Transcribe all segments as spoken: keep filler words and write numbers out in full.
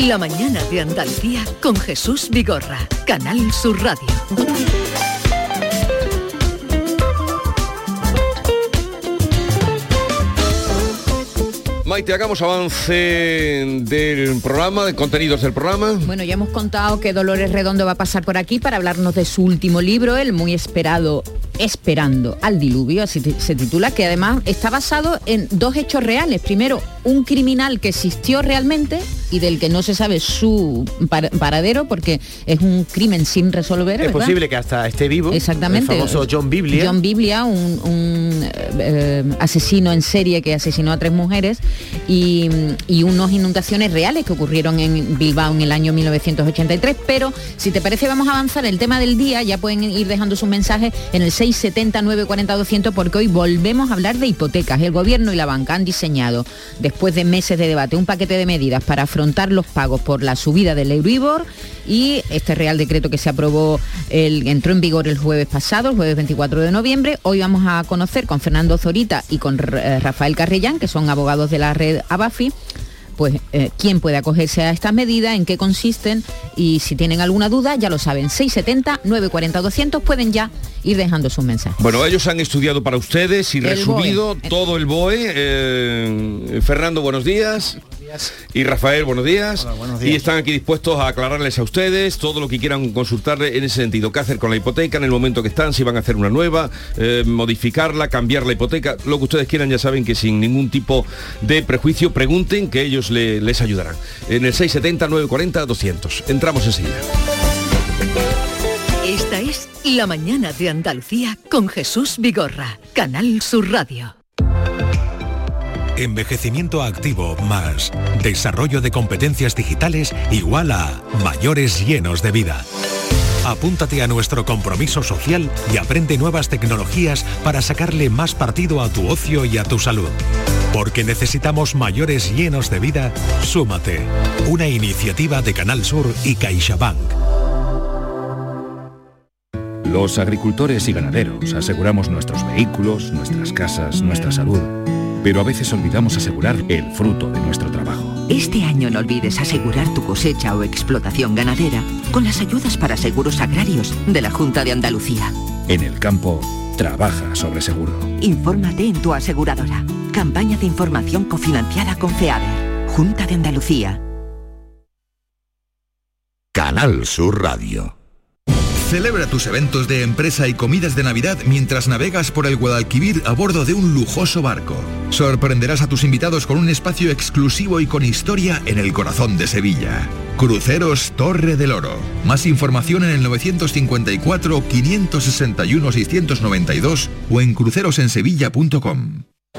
La mañana de Andalucía con Jesús Vigorra, Canal Sur Radio. Maite, hagamos avance del programa, de contenidos del programa. Bueno, ya hemos contado que Dolores Redondo va a pasar por aquí para hablarnos de su último libro, el muy esperado Esperando al diluvio, así se titula, que además está basado en dos hechos reales. Primero, un criminal que existió realmente y del que no se sabe su paradero porque es un crimen sin resolver, Es ¿verdad? posible que hasta esté vivo. Exactamente. El famoso John Biblia. John Biblia, un, un eh, asesino en serie que asesinó a tres mujeres y, y unas inundaciones reales que ocurrieron en Bilbao en el año mil novecientos ochenta y tres. Pero si te parece vamos a avanzar el tema del día. Ya pueden ir dejando sus mensajes en el seis setenta, nueve cuarenta, doscientos porque hoy volvemos a hablar de hipotecas. El gobierno y la banca han diseñado, después de meses de debate, un paquete de medidas para afrontar los pagos por la subida del Euribor, y este Real Decreto que se aprobó, el, entró en vigor el jueves pasado, el jueves veinticuatro de noviembre. Hoy vamos a conocer con Fernando Zorita y con eh, Rafael Carrellán, que son abogados de la red Abafi, pues eh, quién puede acogerse a estas medidas, en qué consisten, y si tienen alguna duda, ya lo saben, seis setenta, nueve cuarenta, doscientos, pueden ya ir dejando sus mensajes. Bueno, ellos han estudiado para ustedes y El resumido B O E. todo el B O E. Eh, Fernando, buenos días. Y Rafael, buenos días. Hola, buenos días. Y están aquí dispuestos a aclararles a ustedes todo lo que quieran consultarle en ese sentido. ¿Qué hacer con la hipoteca en el momento que están? Si van a hacer una nueva, eh, modificarla, cambiar la hipoteca, lo que ustedes quieran. Ya saben que sin ningún tipo de prejuicio pregunten, que ellos le, les ayudarán. En el seis setenta, nueve cuarenta, doscientos. Entramos enseguida. Esta es La mañana de Andalucía con Jesús Vigorra, Canal Sur Radio. Envejecimiento activo más desarrollo de competencias digitales igual a mayores llenos de vida. Apúntate a nuestro compromiso social y aprende nuevas tecnologías para sacarle más partido a tu ocio y a tu salud. Porque necesitamos mayores llenos de vida, súmate. Una iniciativa de Canal Sur y CaixaBank. Los agricultores y ganaderos aseguramos nuestros vehículos, nuestras casas, nuestra salud. Pero a veces olvidamos asegurar el fruto de nuestro trabajo. Este año no olvides asegurar tu cosecha o explotación ganadera con las ayudas para seguros agrarios de la Junta de Andalucía. En el campo, trabaja sobre seguro. Infórmate en tu aseguradora. Campaña de información cofinanciada con FEADER. Junta de Andalucía. Canal Sur Radio. Celebra tus eventos de empresa y comidas de Navidad mientras navegas por el Guadalquivir a bordo de un lujoso barco. Sorprenderás a tus invitados con un espacio exclusivo y con historia en el corazón de Sevilla. Cruceros Torre del Oro. Más información en el novecientos cincuenta y cuatro, quinientos sesenta y uno, seiscientos noventa y dos o en crucerosensevilla punto com.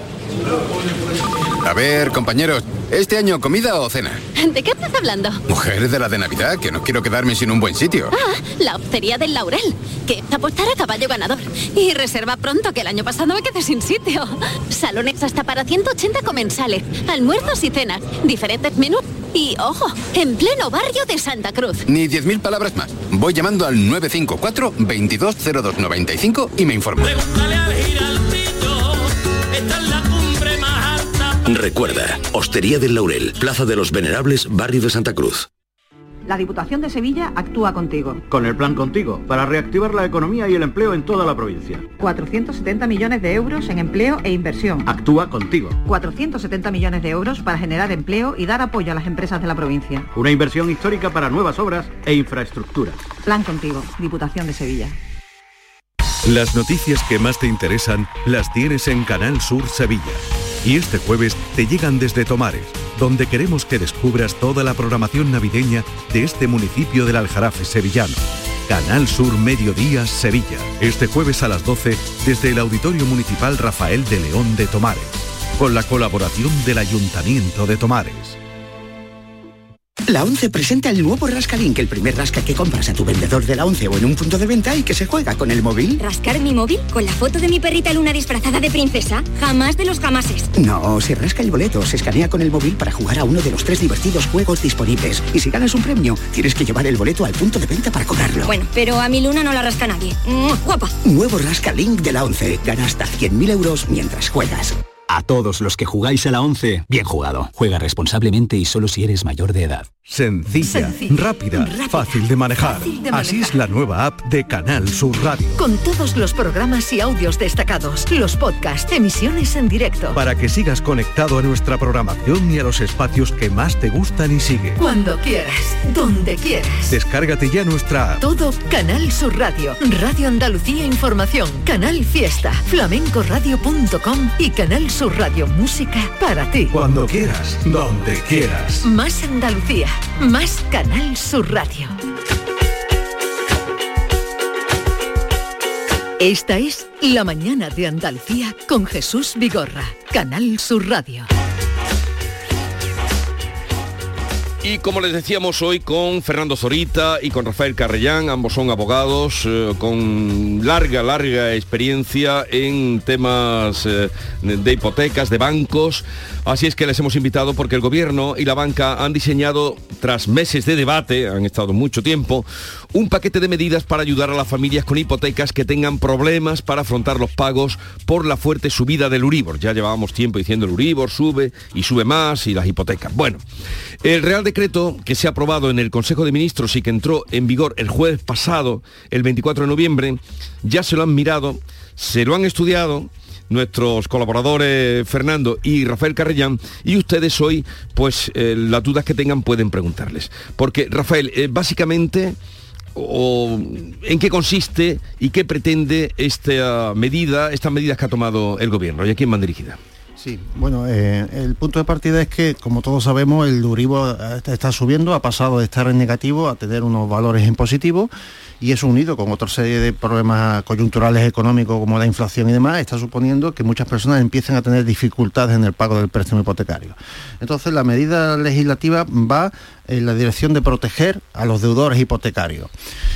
A ver, compañeros, ¿este año comida o cena? ¿De qué estás hablando? Mujer, de la de Navidad, que no quiero quedarme sin un buen sitio. Ah, la Hostería del Laurel, que es apostar a caballo ganador. Y reserva pronto, que el año pasado me quedé sin sitio. Salones hasta para ciento ochenta comensales, almuerzos y cenas, diferentes menús. Y, ojo, en pleno barrio de Santa Cruz. Ni diez mil palabras más. Voy llamando al nueve cinco cuatro, veintidós cero dos noventa y cinco y me informo. Recuerda, Hostería del Laurel, Plaza de los Venerables, barrio de Santa Cruz. La Diputación de Sevilla actúa contigo. Con el Plan Contigo, para reactivar la economía y el empleo en toda la provincia. cuatrocientos setenta millones de euros en empleo e inversión. Actúa contigo. cuatrocientos setenta millones de euros para generar empleo y dar apoyo a las empresas de la provincia. Una inversión histórica para nuevas obras e infraestructura. Plan Contigo, Diputación de Sevilla. Las noticias que más te interesan las tienes en Canal Sur Sevilla. Y este jueves te llegan desde Tomares, donde queremos que descubras toda la programación navideña de este municipio del Aljarafe sevillano. Canal Sur Mediodía Sevilla. Este jueves a las doce desde el Auditorio Municipal Rafael de León de Tomares. Con la colaboración del Ayuntamiento de Tomares. La ONCE presenta el nuevo Rascalink, el primer rasca que compras a tu vendedor de la ONCE o en un punto de venta y que se juega con el móvil. ¿Rascar mi móvil? ¿Con la foto de mi perrita Luna disfrazada de princesa? Jamás de los jamases. No, se rasca el boleto, se escanea con el móvil para jugar a uno de los tres divertidos juegos disponibles. Y si ganas un premio, tienes que llevar el boleto al punto de venta para cobrarlo. Bueno, pero a mi Luna no la rasca nadie. ¡Guapa! Nuevo Rascalink de la ONCE. Gana hasta cien mil euros mientras juegas. A todos los que jugáis a la once, bien jugado. Juega responsablemente y solo si eres mayor de edad. Sencilla, Sencilla, rápida, rápida, fácil de manejar. fácil de Así manejar. es la nueva app de Canal Sur Radio. Con todos los programas y audios destacados, los podcasts, emisiones en directo. Para que sigas conectado a nuestra programación y a los espacios que más te gustan y sigue. Cuando quieras, donde quieras. Descárgate ya nuestra app. Todo Canal Sur Radio, Radio Andalucía Información, Canal Fiesta, flamencoradio punto com y Canal Sur Radio Música para ti. Cuando quieras, donde quieras. Más Andalucía, más Canal Sur Radio. Esta es La Mañana de Andalucía con Jesús Vigorra, Canal Sur Radio. Y como les decíamos hoy con Fernando Zorita y con Rafael Carrellán, ambos son abogados eh, con larga, larga experiencia en temas eh, de hipotecas, de bancos. Así es que les hemos invitado porque el gobierno y la banca han diseñado, tras meses de debate, han estado mucho tiempo, un paquete de medidas para ayudar a las familias con hipotecas que tengan problemas para afrontar los pagos por la fuerte subida del Euribor. Ya llevábamos tiempo diciendo el Euribor sube y sube más y las hipotecas. Bueno, el Real Decreto que se ha aprobado en el Consejo de Ministros y que entró en vigor el jueves pasado, el veinticuatro de noviembre, ya se lo han mirado, se lo han estudiado nuestros colaboradores Fernando y Rafael Carrellán, y ustedes hoy, pues eh, las dudas que tengan pueden preguntarles. Porque, Rafael, eh, básicamente, o, ¿en qué consiste y qué pretende esta medida, estas medidas que ha tomado el gobierno? ¿Y a quién van dirigidas? Sí, bueno, eh, el punto de partida es que, como todos sabemos, el Euribor está subiendo, ha pasado de estar en negativo a tener unos valores en positivo, y eso, unido con otra serie de problemas coyunturales económicos como la inflación y demás, está suponiendo que muchas personas empiecen a tener dificultades en el pago del préstamo hipotecario. Entonces, la medida legislativa va en la dirección de proteger a los deudores hipotecarios.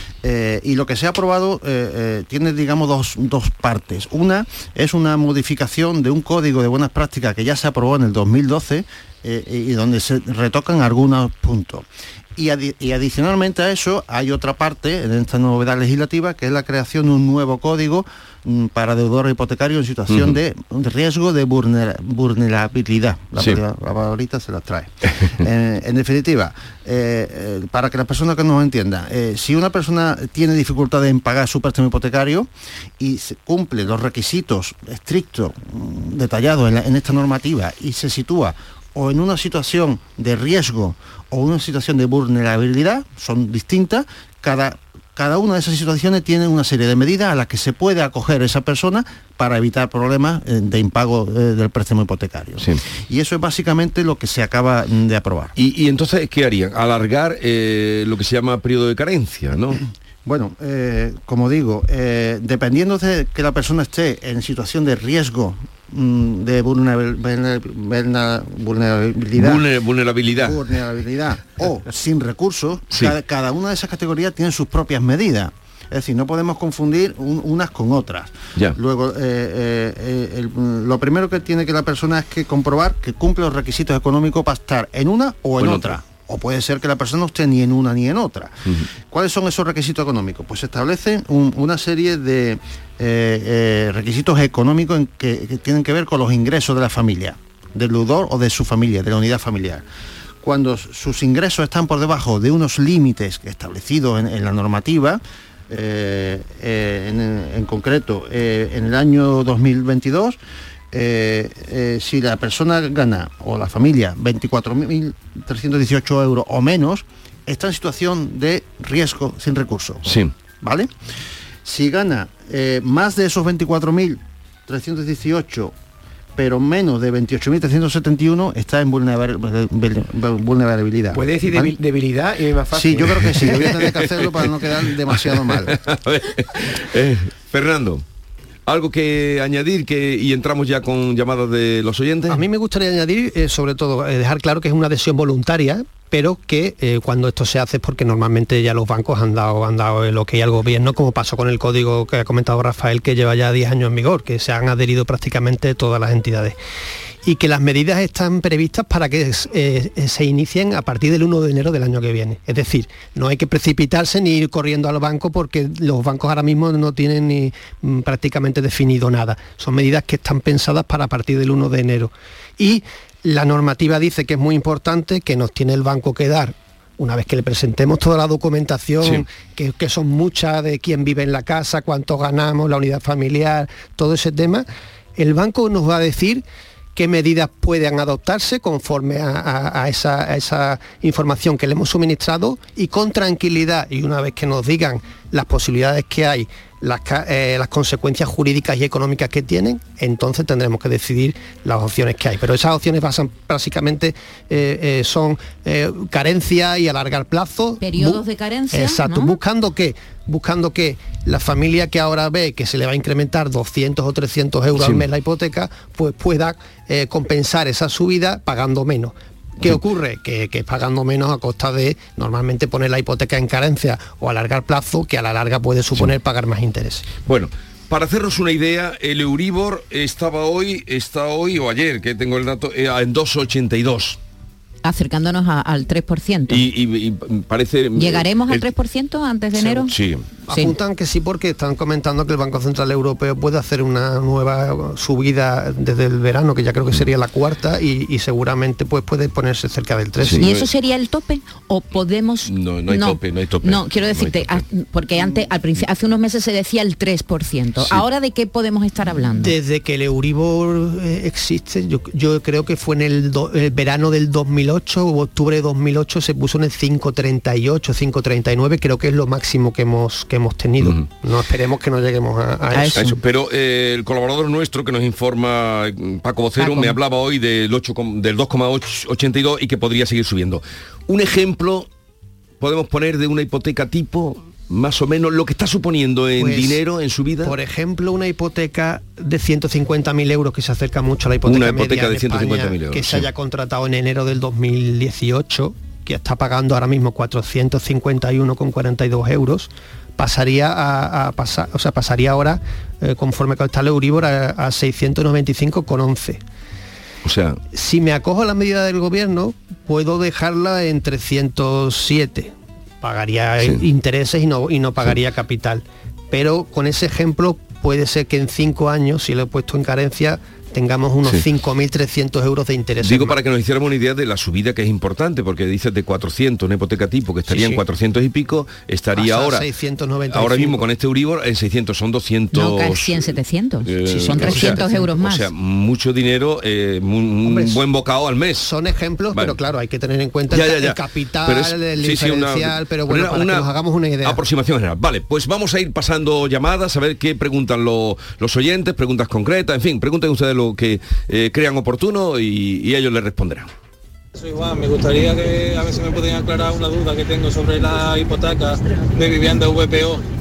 Eh, y lo que se ha aprobado eh, eh, tiene, digamos, dos, dos partes. Una es una modificación de un código de buenas prácticas que ya se aprobó en el dos mil doce eh, y donde se retocan algunos puntos. Y, adi y adicionalmente a eso hay otra parte en esta novedad legislativa, que es la creación de un nuevo código mm, para deudores hipotecarios en situación uh-huh. de, de riesgo de vulner vulnerabilidad. La, sí. la, la palabrita se la trae. eh, en definitiva, eh, eh, para que las personas que nos entiendan, eh, si una persona tiene dificultades en pagar su préstamo hipotecario y se cumple los requisitos estrictos, mm, detallados en, la, en esta normativa, y se sitúa o en una situación de riesgo o una situación de vulnerabilidad, son distintas, cada, cada una de esas situaciones tiene una serie de medidas a las que se puede acoger esa persona para evitar problemas de impago del préstamo hipotecario. Sí. Y eso es básicamente lo que se acaba de aprobar. ¿Y, y entonces qué harían? Alargar eh, lo que se llama periodo de carencia, ¿no? Bueno, eh, como digo, eh, dependiendo de que la persona esté en situación de riesgo de vulnerabilidad, vulnerabilidad, vulnerabilidad o sin recursos, sí. cada, cada una de esas categorías tiene sus propias medidas. Es decir, no podemos confundir un, unas con otras. Ya. Luego, eh, eh, el, lo primero que tiene que la persona es que comprobar que cumple los requisitos económicos para estar en una o en, en otra. otra. O puede ser que la persona no esté ni en una ni en otra. Uh-huh. ¿Cuáles son esos requisitos económicos? Pues se establecen un, una serie de eh, eh, requisitos económicos en que, que tienen que ver con los ingresos de la familia, del deudor o de su familia, de la unidad familiar. Cuando sus ingresos están por debajo de unos límites establecidos en, en la normativa, eh, eh, en, en concreto, eh, en el año dos mil veintidós, Eh, eh, si la persona gana, o la familia, veinticuatro mil trescientos dieciocho euros o menos, está en situación de riesgo sin recursos. Sí. ¿Vale? Si gana eh, más de esos veinticuatro mil trescientos dieciocho, pero menos de veintiocho mil trescientos setenta y uno, está en vulnerabilidad. ¿Puede decir ¿vale? debilidad y es más fácil? Sí, yo creo que sí. Yo voy a tener que hacerlo para no quedar demasiado mal. eh, Fernando, ¿algo que añadir que y entramos ya con llamadas de los oyentes? A mí me gustaría añadir, eh, sobre todo, eh, dejar claro que es una adhesión voluntaria, pero que eh, cuando esto se hace es porque normalmente ya los bancos han dado, han dado el ok al gobierno, como pasó con el código que ha comentado Rafael, que lleva ya diez años en vigor, que se han adherido prácticamente todas las entidades. y que las medidas están previstas para que eh, se inicien a partir del uno de enero del año que viene. Es decir, no hay que precipitarse ni ir corriendo al banco porque los bancos ahora mismo no tienen ni mm, prácticamente definido nada. Son medidas que están pensadas para a partir del uno de enero. Y la normativa dice que es muy importante, que nos tiene el banco que dar, una vez que le presentemos toda la documentación, sí. que, que son muchas, de quién vive en la casa, cuánto ganamos, la unidad familiar, todo ese tema, el banco nos va a decir qué medidas pueden adoptarse conforme a, a, a, esa, a esa información que le hemos suministrado, y con tranquilidad, y una vez que nos digan las posibilidades que hay, las, eh, las consecuencias jurídicas y económicas que tienen, entonces tendremos que decidir las opciones que hay. Pero esas opciones basan, básicamente eh, eh, son eh, carencia y alargar plazo. Periodos de carencia. Exacto, ¿no? buscando que buscando que la familia que ahora ve que se le va a incrementar doscientos o trescientos euros sí. al mes la hipoteca, pues pueda eh, compensar esa subida pagando menos. ¿Qué ocurre? Que, que pagando menos a costa de normalmente poner la hipoteca en carencia o alargar plazo, que a la larga puede suponer sí. pagar más interés. Bueno, para hacernos una idea, el Euribor estaba hoy, está hoy o ayer, que tengo el dato, en dos coma ochenta y dos. Acercándonos a, al tres por ciento. Y, y, y parece... ¿Llegaremos el, al tres por ciento antes de enero? Sí. Apuntan que sí, porque están comentando que el Banco Central Europeo puede hacer una nueva subida desde el verano, que ya creo que sería la cuarta, y, y seguramente pues puede ponerse cerca del tres. Sí. ¿Y eso sería el tope? ¿O podemos...? No, no hay no, tope, no hay tope. No, quiero decirte, no porque antes, al principio, hace unos meses se decía el tres por ciento. Sí. ¿Ahora de qué podemos estar hablando? Desde que el Euribor eh, existe, yo, yo creo que fue en el, do, el verano del dos mil ocho o octubre de dos mil ocho, se puso en el cinco coma treinta y ocho, cinco coma treinta y nueve, creo que es lo máximo que hemos que hemos tenido. Uh-huh. No esperemos que no lleguemos a, a, a eso. eso. Pero eh, el colaborador nuestro que nos informa, Paco Vocero, Paco. me hablaba hoy del, ocho, del dos coma ochenta y dos y que podría seguir subiendo. Un ejemplo podemos poner de una hipoteca tipo, más o menos, lo que está suponiendo en pues, dinero en su vida. Por ejemplo, una hipoteca de ciento cincuenta mil euros, que se acerca mucho a la hipoteca, una hipoteca media de ciento cincuenta mil euros, que se sí. haya contratado en enero del dos mil dieciocho, que está pagando ahora mismo cuatrocientos cincuenta y uno con cuarenta y dos euros, pasaría a, a pasar, o sea, pasaría ahora, eh, conforme está el Euribor, a, a seiscientos noventa y cinco con once. O sea, si me acojo a la medida del gobierno, puedo dejarla en trescientos siete. Pagaría sí. intereses y no, y no pagaría sí. capital. Pero con ese ejemplo puede ser que en cinco años, si lo he puesto en carencia, tengamos unos sí. cinco mil trescientos euros de interés. Digo, para que nos hiciéramos una idea de la subida, que es importante, porque dices de cuatrocientos, una hipoteca tipo que estaría sí, sí. en cuatrocientos y pico, estaría Pasa ahora seiscientos noventa y cinco. Ahora mismo con este Euribor en seiscientos, son doscientos. No, casi en setecientos. Eh, sí, son trescientos o sea, euros más. O sea, mucho dinero, eh, un Hombre, buen bocado al mes. Son ejemplos, vale. pero claro, hay que tener en cuenta ya, ya, ya. el capital, pero es, el sí, diferencial, sí, una, pero bueno, una, para una que nos hagamos una idea. Aproximación general. Vale, pues vamos a ir pasando llamadas, a ver qué preguntan lo, los oyentes, preguntas concretas, en fin, pregunten ustedes lo que eh, crean oportuno y, y ellos les responderán. Soy Juan, me gustaría que a ver si me pueden aclarar una duda que tengo sobre la hipoteca de vivienda V P O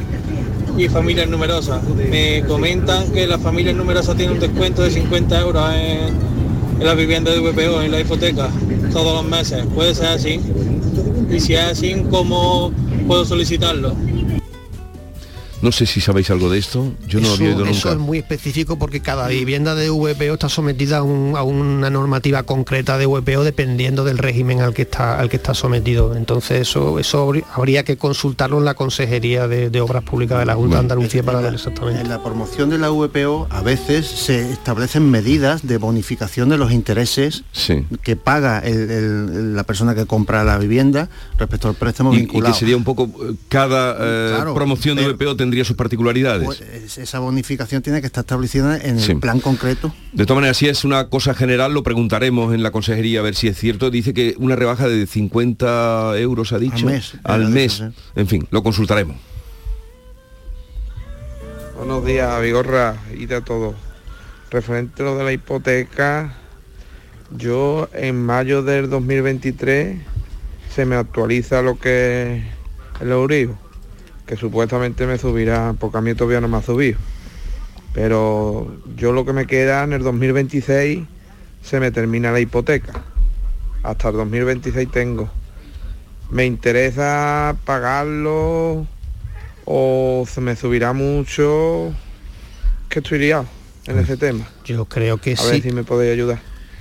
y familias numerosas. Me comentan que las familias numerosas tienen un descuento de cincuenta euros en, en la vivienda de V P O, en la hipoteca, todos los meses. ¿Puede ser así? Y si es así, ¿cómo puedo solicitarlo? No sé si sabéis algo de esto, yo no eso, había oído nunca. Eso es muy específico porque cada vivienda de V P O está sometida a, un, a una normativa concreta de V P O dependiendo del régimen al que está al que está sometido. Entonces eso eso habría que consultarlo en la Consejería de, de Obras Públicas de la Junta bueno, de Andalucía para ver exactamente. En la promoción de la V P O a veces se establecen medidas de bonificación de los intereses sí. que paga el, el, la persona que compra la vivienda respecto al préstamo y, vinculado. Y que sería un poco, cada eh, claro, promoción de pero, V P O tendría sus particularidades. Pues esa bonificación tiene que estar establecida en sí. el plan concreto. De todas maneras, si es una cosa general, lo preguntaremos en la consejería a ver si es cierto. Dice que una rebaja de cincuenta euros, ha dicho, al mes. Al mes. Dicho, sí. En fin, lo consultaremos. Buenos días, Vigorra, y de todo. Referente a lo de la hipoteca, yo en mayo del dos mil veintitrés se me actualiza lo que es el Euribor, que supuestamente me subirá, porque a mí todavía no me ha subido. Pero yo lo que me queda en el dos mil veintiséis se me termina la hipoteca. Hasta el dos mil veintiséis tengo. ¿Me interesa pagarlo o se me subirá mucho? Que estoy liado en ese tema. Yo creo que a sí. A ver si me podéis ayudar.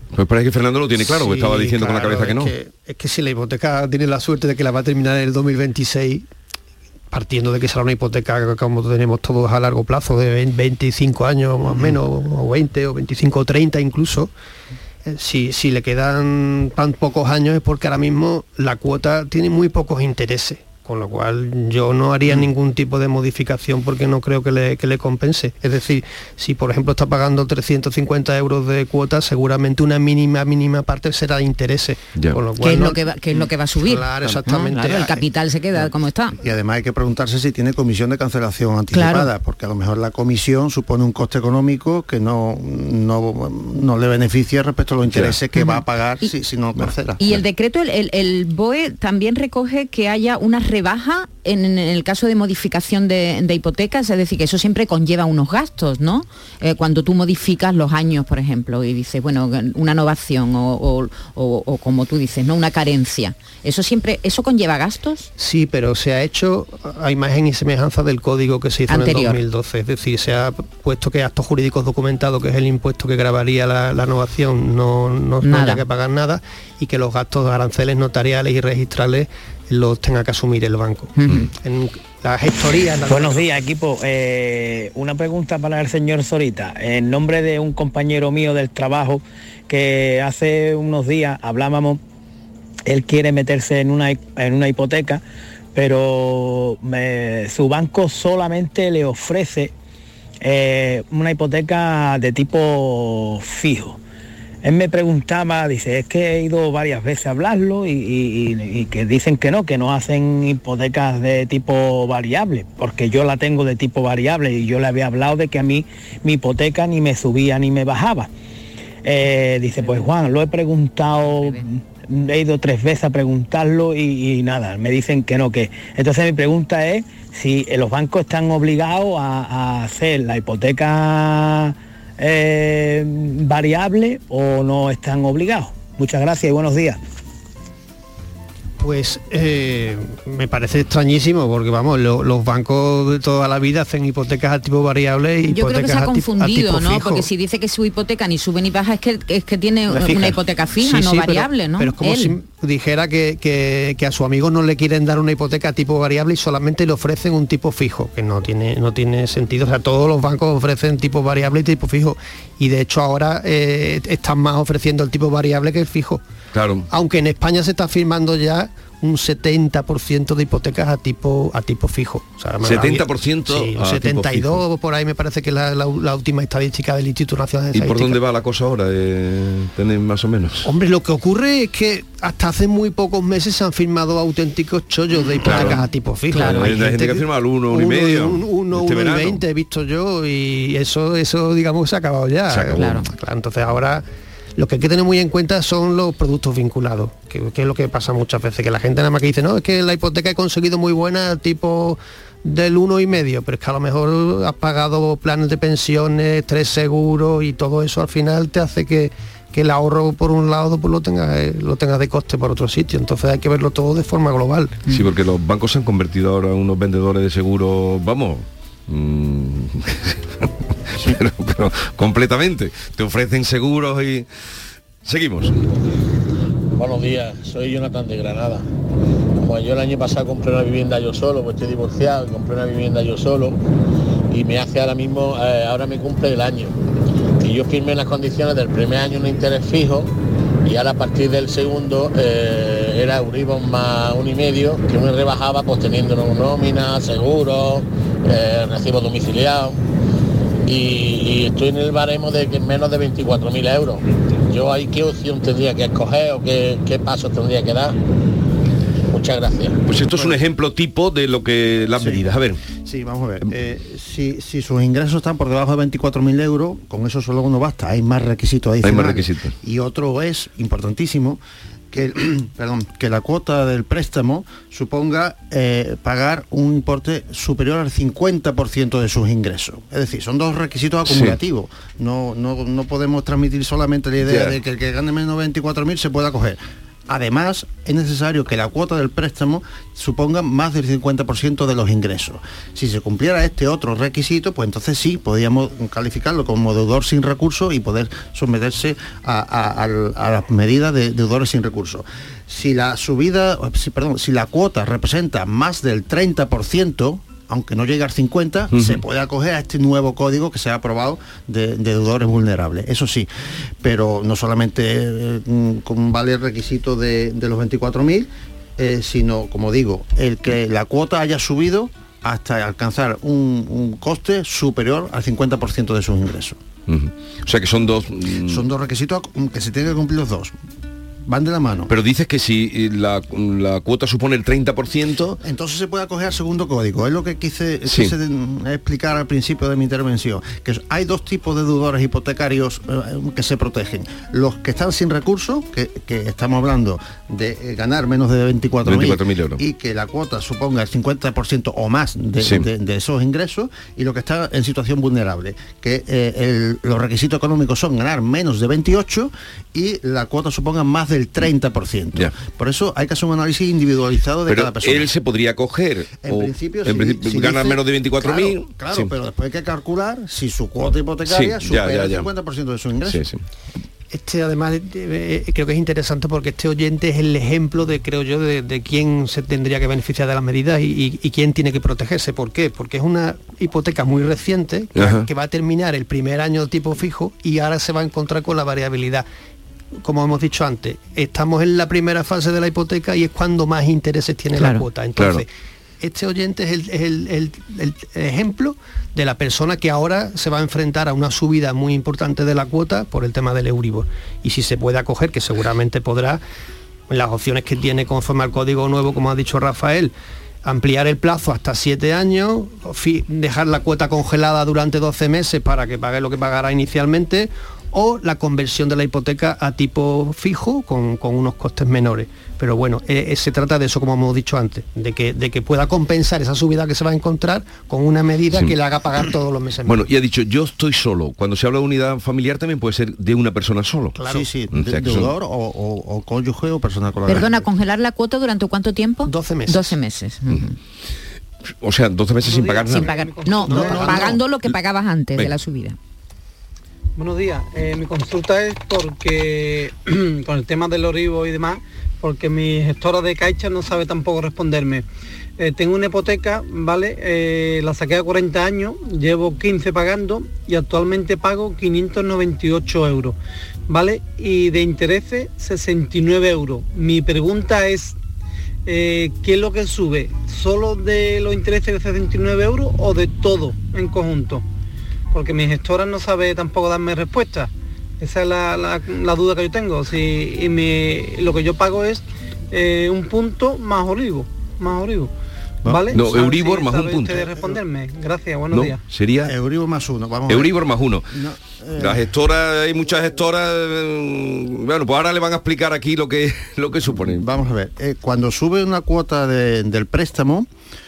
Pues parece que Fernando lo tiene claro, sí, que estaba diciendo claro, con la cabeza que no. Es que, es que si la hipoteca tiene la suerte de que la va a terminar en el dos mil veintiséis, partiendo de que será una hipoteca como tenemos todos a largo plazo, de veinticinco años más o menos, o veinte, o veinticinco, o treinta incluso, eh, si, si le quedan tan pocos años es porque ahora mismo la cuota tiene muy pocos intereses. Con lo cual yo no haría ningún tipo de modificación porque no creo que le, que le compense. Es decir, si por ejemplo está pagando trescientos cincuenta euros de cuota, seguramente una mínima, mínima parte será de intereses. Con lo cual, ¿Qué, es no, lo que, va, ¿Qué es lo que va a subir? Claro, exactamente. ¿no? Claro, el capital se queda como está. Y además hay que preguntarse si tiene comisión de cancelación anticipada, claro. porque a lo mejor la comisión supone un coste económico que no, no, no le beneficia respecto a los intereses que uh-huh. va a pagar y, si, si no cancela. Y el decreto, el, el, el B O E también recoge que haya una rebaja en, en el caso de modificación de, de hipotecas, es decir, que eso siempre conlleva unos gastos, ¿no? Eh, cuando tú modificas los años, por ejemplo, y dices, bueno, una novación o, o, o, o como tú dices, ¿no? Una carencia. ¿Eso siempre, eso conlleva gastos? Sí, pero se ha hecho a imagen y semejanza del código que se hizo anterior. En el dos mil doce, es decir, se ha puesto que actos jurídicos documentados, que es el impuesto que grabaría la, la novación, no, no, no haya que pagar nada, y que los gastos aranceles notariales y registrales los tenga que asumir el banco. Uh-huh. En la gestoría... La Buenos días, equipo. Eh, una pregunta para el señor Zorita. En nombre de un compañero mío del trabajo, que hace unos días hablábamos, él quiere meterse en una, en una hipoteca, pero me, su banco solamente le ofrece eh, una hipoteca de tipo fijo. Él me preguntaba, dice, es que he ido varias veces a hablarlo y, y, y que dicen que no, que no hacen hipotecas de tipo variable, porque yo la tengo de tipo variable y yo le había hablado de que a mí mi hipoteca ni me subía ni me bajaba. Eh, dice, pues Juan, lo he preguntado, he ido tres veces a preguntarlo y, y nada, me dicen que no, que... Entonces mi pregunta es si los bancos están obligados a, a hacer la hipoteca... Eh, variable o no están obligados. Muchas gracias y buenos días. Pues eh, me parece extrañísimo porque vamos, lo, los bancos de toda la vida hacen hipotecas a tipo variable y yo hipotecas creo que se ha confundido, a tipo ¿no? fijo. Porque si dice que su hipoteca ni sube ni baja es que es que tiene una, una hipoteca fija, sí, no sí, variable, pero, ¿no? Pero es como Él. si dijera que, que, que a su amigo no le quieren dar una hipoteca a tipo variable y solamente le ofrecen un tipo fijo, que no tiene no tiene sentido. O sea, todos los bancos ofrecen tipo variable y tipo fijo. Y de hecho ahora eh, están más ofreciendo el tipo variable que el fijo. Claro. Aunque en España se está firmando ya un setenta por ciento de hipotecas a tipo a tipo fijo. O sea, setenta por ciento sí, un setenta y dos por ahí me parece que es la, la, la última estadística del Instituto Nacional de ¿Y Estadística. por dónde va la cosa ahora? Eh, ¿Tenéis más o menos? Hombre, lo que ocurre es que hasta hace muy pocos meses se han firmado auténticos chollos de hipotecas claro. a tipo fijo. Claro, hay, hay gente, gente que ha firmado el uno, uno y medio. Uno, uno, este uno y veinte he visto yo y eso, eso digamos se ha acabado ya. Se acabó. Claro. Claro, entonces ahora... Lo que hay que tener muy en cuenta son los productos vinculados, que, que es lo que pasa muchas veces, que la gente nada más que dice, no, es que la hipoteca he conseguido muy buena, tipo del uno y medio, pero es que a lo mejor has pagado planes de pensiones, tres seguros y todo eso al final te hace que, que el ahorro por un lado pues lo tengas lo tengas de coste por otro sitio. Entonces hay que verlo todo de forma global. Sí, porque los bancos se han convertido ahora en unos vendedores de seguros, vamos... pero, pero completamente te ofrecen seguros y seguimos. Buenos días, soy Jonathan de Granada. Como yo el año pasado compré una vivienda yo solo, pues estoy divorciado y compré una vivienda yo solo y me hace ahora mismo eh, ahora me cumple el año y yo firmé en las condiciones del primer año un interés fijo y ahora a partir del segundo eh, era Euribor más un y medio que me rebajaba pues teniendo nómina, seguro, eh, recibo domiciliado y, y estoy en el baremo de que menos de veinticuatro mil euros. Yo ahí qué opción tendría que escoger o qué, qué pasos tendría que dar. Muchas gracias. Pues esto es un ejemplo tipo de lo que las sí. medidas. A ver. Sí, vamos a ver. Eh, si, si sus ingresos están por debajo de veinticuatro mil euros, con eso solo no basta. Hay más requisitos adicionales. Hay más requisitos. Y otro es importantísimo que, perdón, que la cuota del préstamo suponga eh, pagar un importe superior al cincuenta por ciento de sus ingresos. Es decir, son dos requisitos acumulativos. Sí. No, no, no podemos transmitir solamente la idea yeah. de que el que gane menos de veinticuatro mil se pueda coger. Además, es necesario que la cuota del préstamo suponga más del cincuenta por ciento de los ingresos. Si se cumpliera este otro requisito, pues entonces sí, podríamos calificarlo como deudor sin recursos y poder someterse a, a, a, a las medidas de deudores sin recursos. Si la subida, si, perdón, si la cuota representa más del treinta por ciento, aunque no llegue al cincuenta, uh-huh. se puede acoger a este nuevo código que se ha aprobado de, de deudores vulnerables, eso sí, pero no solamente eh, con vale el requisito de, de los veinticuatro mil, eh, sino, como digo, el que la cuota haya subido hasta alcanzar un, un coste superior al cincuenta por ciento de sus ingresos. Uh-huh. O sea que son dos... Mm... Son dos requisitos que se tienen que cumplir los dos. Van de la mano. Pero dices que si la, la cuota supone el treinta por ciento... Entonces se puede acoger al segundo código. Es lo que quise, sí. quise explicar al principio de mi intervención. Que hay dos tipos de deudores hipotecarios eh, que se protegen. Los que están sin recursos, que, que estamos hablando de ganar menos de veinticuatro mil euros. Y que la cuota suponga el cincuenta por ciento o más de, sí. de, de esos ingresos. Y los que están en situación vulnerable. Que eh, el, los requisitos económicos son ganar menos de veintiocho y la cuota suponga más de el treinta por ciento. Ya. Por eso hay que hacer un análisis individualizado de pero cada persona. Él se podría coger. En o, principio, en si, principio si ganar dice, menos de veinticuatro mil. Claro, claro sí. Pero después hay que calcular si su cuota hipotecaria sí, supera ya, ya, ya. el cincuenta por ciento de su ingreso. Sí, sí. Este además eh, creo que es interesante porque este oyente es el ejemplo de, creo yo, de, de quién se tendría que beneficiar de las medidas y, y, y quién tiene que protegerse. ¿Por qué? Porque es una hipoteca muy reciente que, que va a terminar el primer año de tipo fijo y ahora se va a encontrar con la variabilidad. Como hemos dicho antes, estamos en la primera fase de la hipoteca y es cuando más intereses tiene claro, la cuota. Entonces, claro. este oyente es, el, es el, el, el, el ejemplo de la persona que ahora se va a enfrentar a una subida muy importante de la cuota por el tema del Euribor. Y si se puede acoger, que seguramente podrá, las opciones que tiene conforme al código nuevo, como ha dicho Rafael, ampliar el plazo hasta siete años, dejar la cuota congelada durante doce meses para que pague lo que pagará inicialmente, o la conversión de la hipoteca a tipo fijo con, con unos costes menores. Pero bueno, eh, se trata de eso, como hemos dicho antes, de que, de que pueda compensar esa subida que se va a encontrar con una medida sí. que le haga pagar todos los meses. Bueno, y ha dicho, yo estoy solo. Cuando se habla de unidad familiar también puede ser de una persona solo. Claro. Sí, sí, de, o sea, deudor son... o, o, o cónyuge o persona con la Perdona, ¿congelar la cuota durante cuánto tiempo? doce meses. doce meses. Uh-huh. O sea, doce meses sin pagar nada. Sin pagar, no, no, no, no, pagando no. lo que pagabas antes Ven. de la subida. Buenos días, eh, mi consulta es porque con el tema del Euribor y demás, porque mi gestora de Caixa no sabe tampoco responderme. Eh, tengo una hipoteca, ¿vale? Eh, la saqué a cuarenta años, llevo quince pagando y actualmente pago quinientos noventa y ocho euros, ¿vale? Y de intereses sesenta y nueve euros. Mi pregunta es, eh, ¿qué es lo que sube? ¿Solo de los intereses de sesenta y nueve euros o de todo en conjunto? Porque mi gestora no sabe tampoco darme respuesta. Esa es la, la, la duda que yo tengo. Si y me, lo que yo pago es eh, un punto más Euribor, más Euribor. ¿Vale? No, Euribor si más un punto. Responderme. Gracias, buenos no, días. Sería Euribor más uno. Vamos Euribor más uno. No, eh... La gestora, hay muchas gestoras. Bueno, pues ahora le van a explicar aquí lo que lo que supone. Vamos a ver. Eh, cuando sube una cuota de, del préstamo,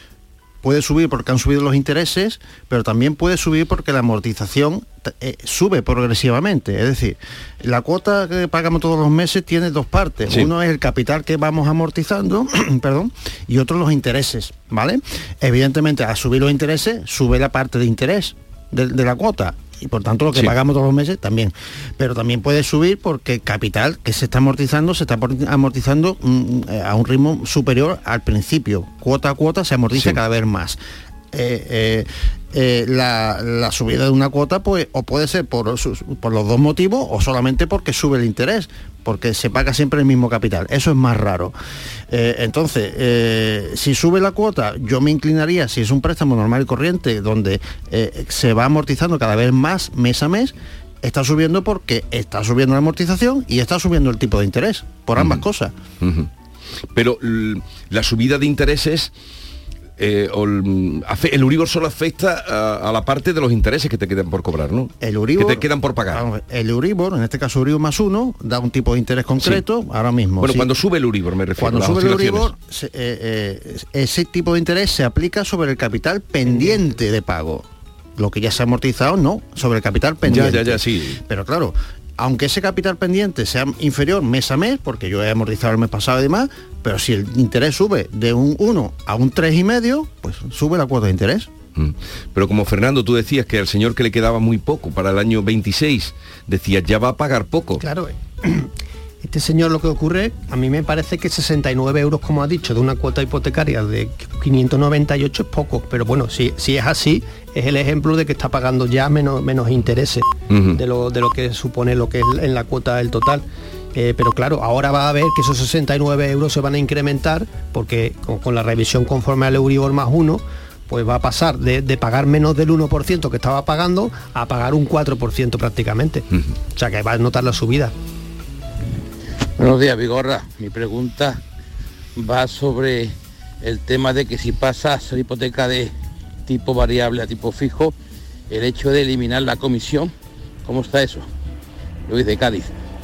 puede subir porque han subido los intereses, pero también puede subir porque la amortización eh, sube progresivamente. Es decir, la cuota que pagamos todos los meses tiene dos partes. Sí. Uno es el capital que vamos amortizando, perdón, y otro los intereses, ¿vale? Evidentemente, al subir los intereses, sube la parte de interés de, de la cuota. Y por tanto lo que sí. pagamos todos los meses también. Pero también puede subir porque el capital que se está amortizando se está amortizando mm, a un ritmo superior al principio. Cuota a cuota se amortiza sí. cada vez más. Eh, eh, eh, la, la subida de una cuota pues o puede ser por, por los dos motivos o solamente porque sube el interés, porque se paga siempre el mismo capital. Eso es más raro. Eh, entonces, eh, si sube la cuota, yo me inclinaría, si es un préstamo normal y corriente, donde eh, se va amortizando cada vez más mes a mes, está subiendo porque está subiendo la amortización y está subiendo el tipo de interés, por ambas uh-huh. cosas. Uh-huh. Pero la subida de intereses... Eh, el, el Euribor solo afecta a, a la parte de los intereses que te quedan por cobrar, ¿no? El Euribor, que te quedan por pagar. Vamos, el Euribor, en este caso Euribor más uno, da un tipo de interés concreto, sí. ahora mismo. Bueno, sí. cuando sube el Euribor me refiero. Cuando sube el Euribor, se, eh, eh, ese tipo de interés se aplica sobre el capital pendiente de pago. Lo que ya se ha amortizado, no, sobre el capital pendiente. Ya, ya, ya, sí. Pero claro, aunque ese capital pendiente sea inferior mes a mes, porque yo he amortizado el mes pasado y demás, pero si el interés sube de un uno a un tres y medio, pues sube la cuota de interés. Pero como Fernando, tú decías que al señor que le quedaba muy poco para el año veintiséis, decías, ya va a pagar poco. Claro, este señor, lo que ocurre, a mí me parece que sesenta y nueve euros, como ha dicho, de una cuota hipotecaria de quinientos noventa y ocho es poco, pero bueno, si, si es así, es el ejemplo de que está pagando ya menos, menos intereses uh-huh. de, lo, de lo que supone lo que es en la cuota del total. Eh, pero claro, ahora va a ver que esos sesenta y nueve euros se van a incrementar, porque con, con la revisión conforme al Euribor más uno, pues va a pasar de, de pagar menos del uno por ciento que estaba pagando a pagar un cuatro por ciento prácticamente. Uh-huh. O sea que va a notar la subida. Buenos días, Vigorra. Mi pregunta va sobre el tema de que si pasa a ser hipoteca de tipo variable a tipo fijo, el hecho de eliminar la comisión, ¿cómo está eso? Luis de Cádiz.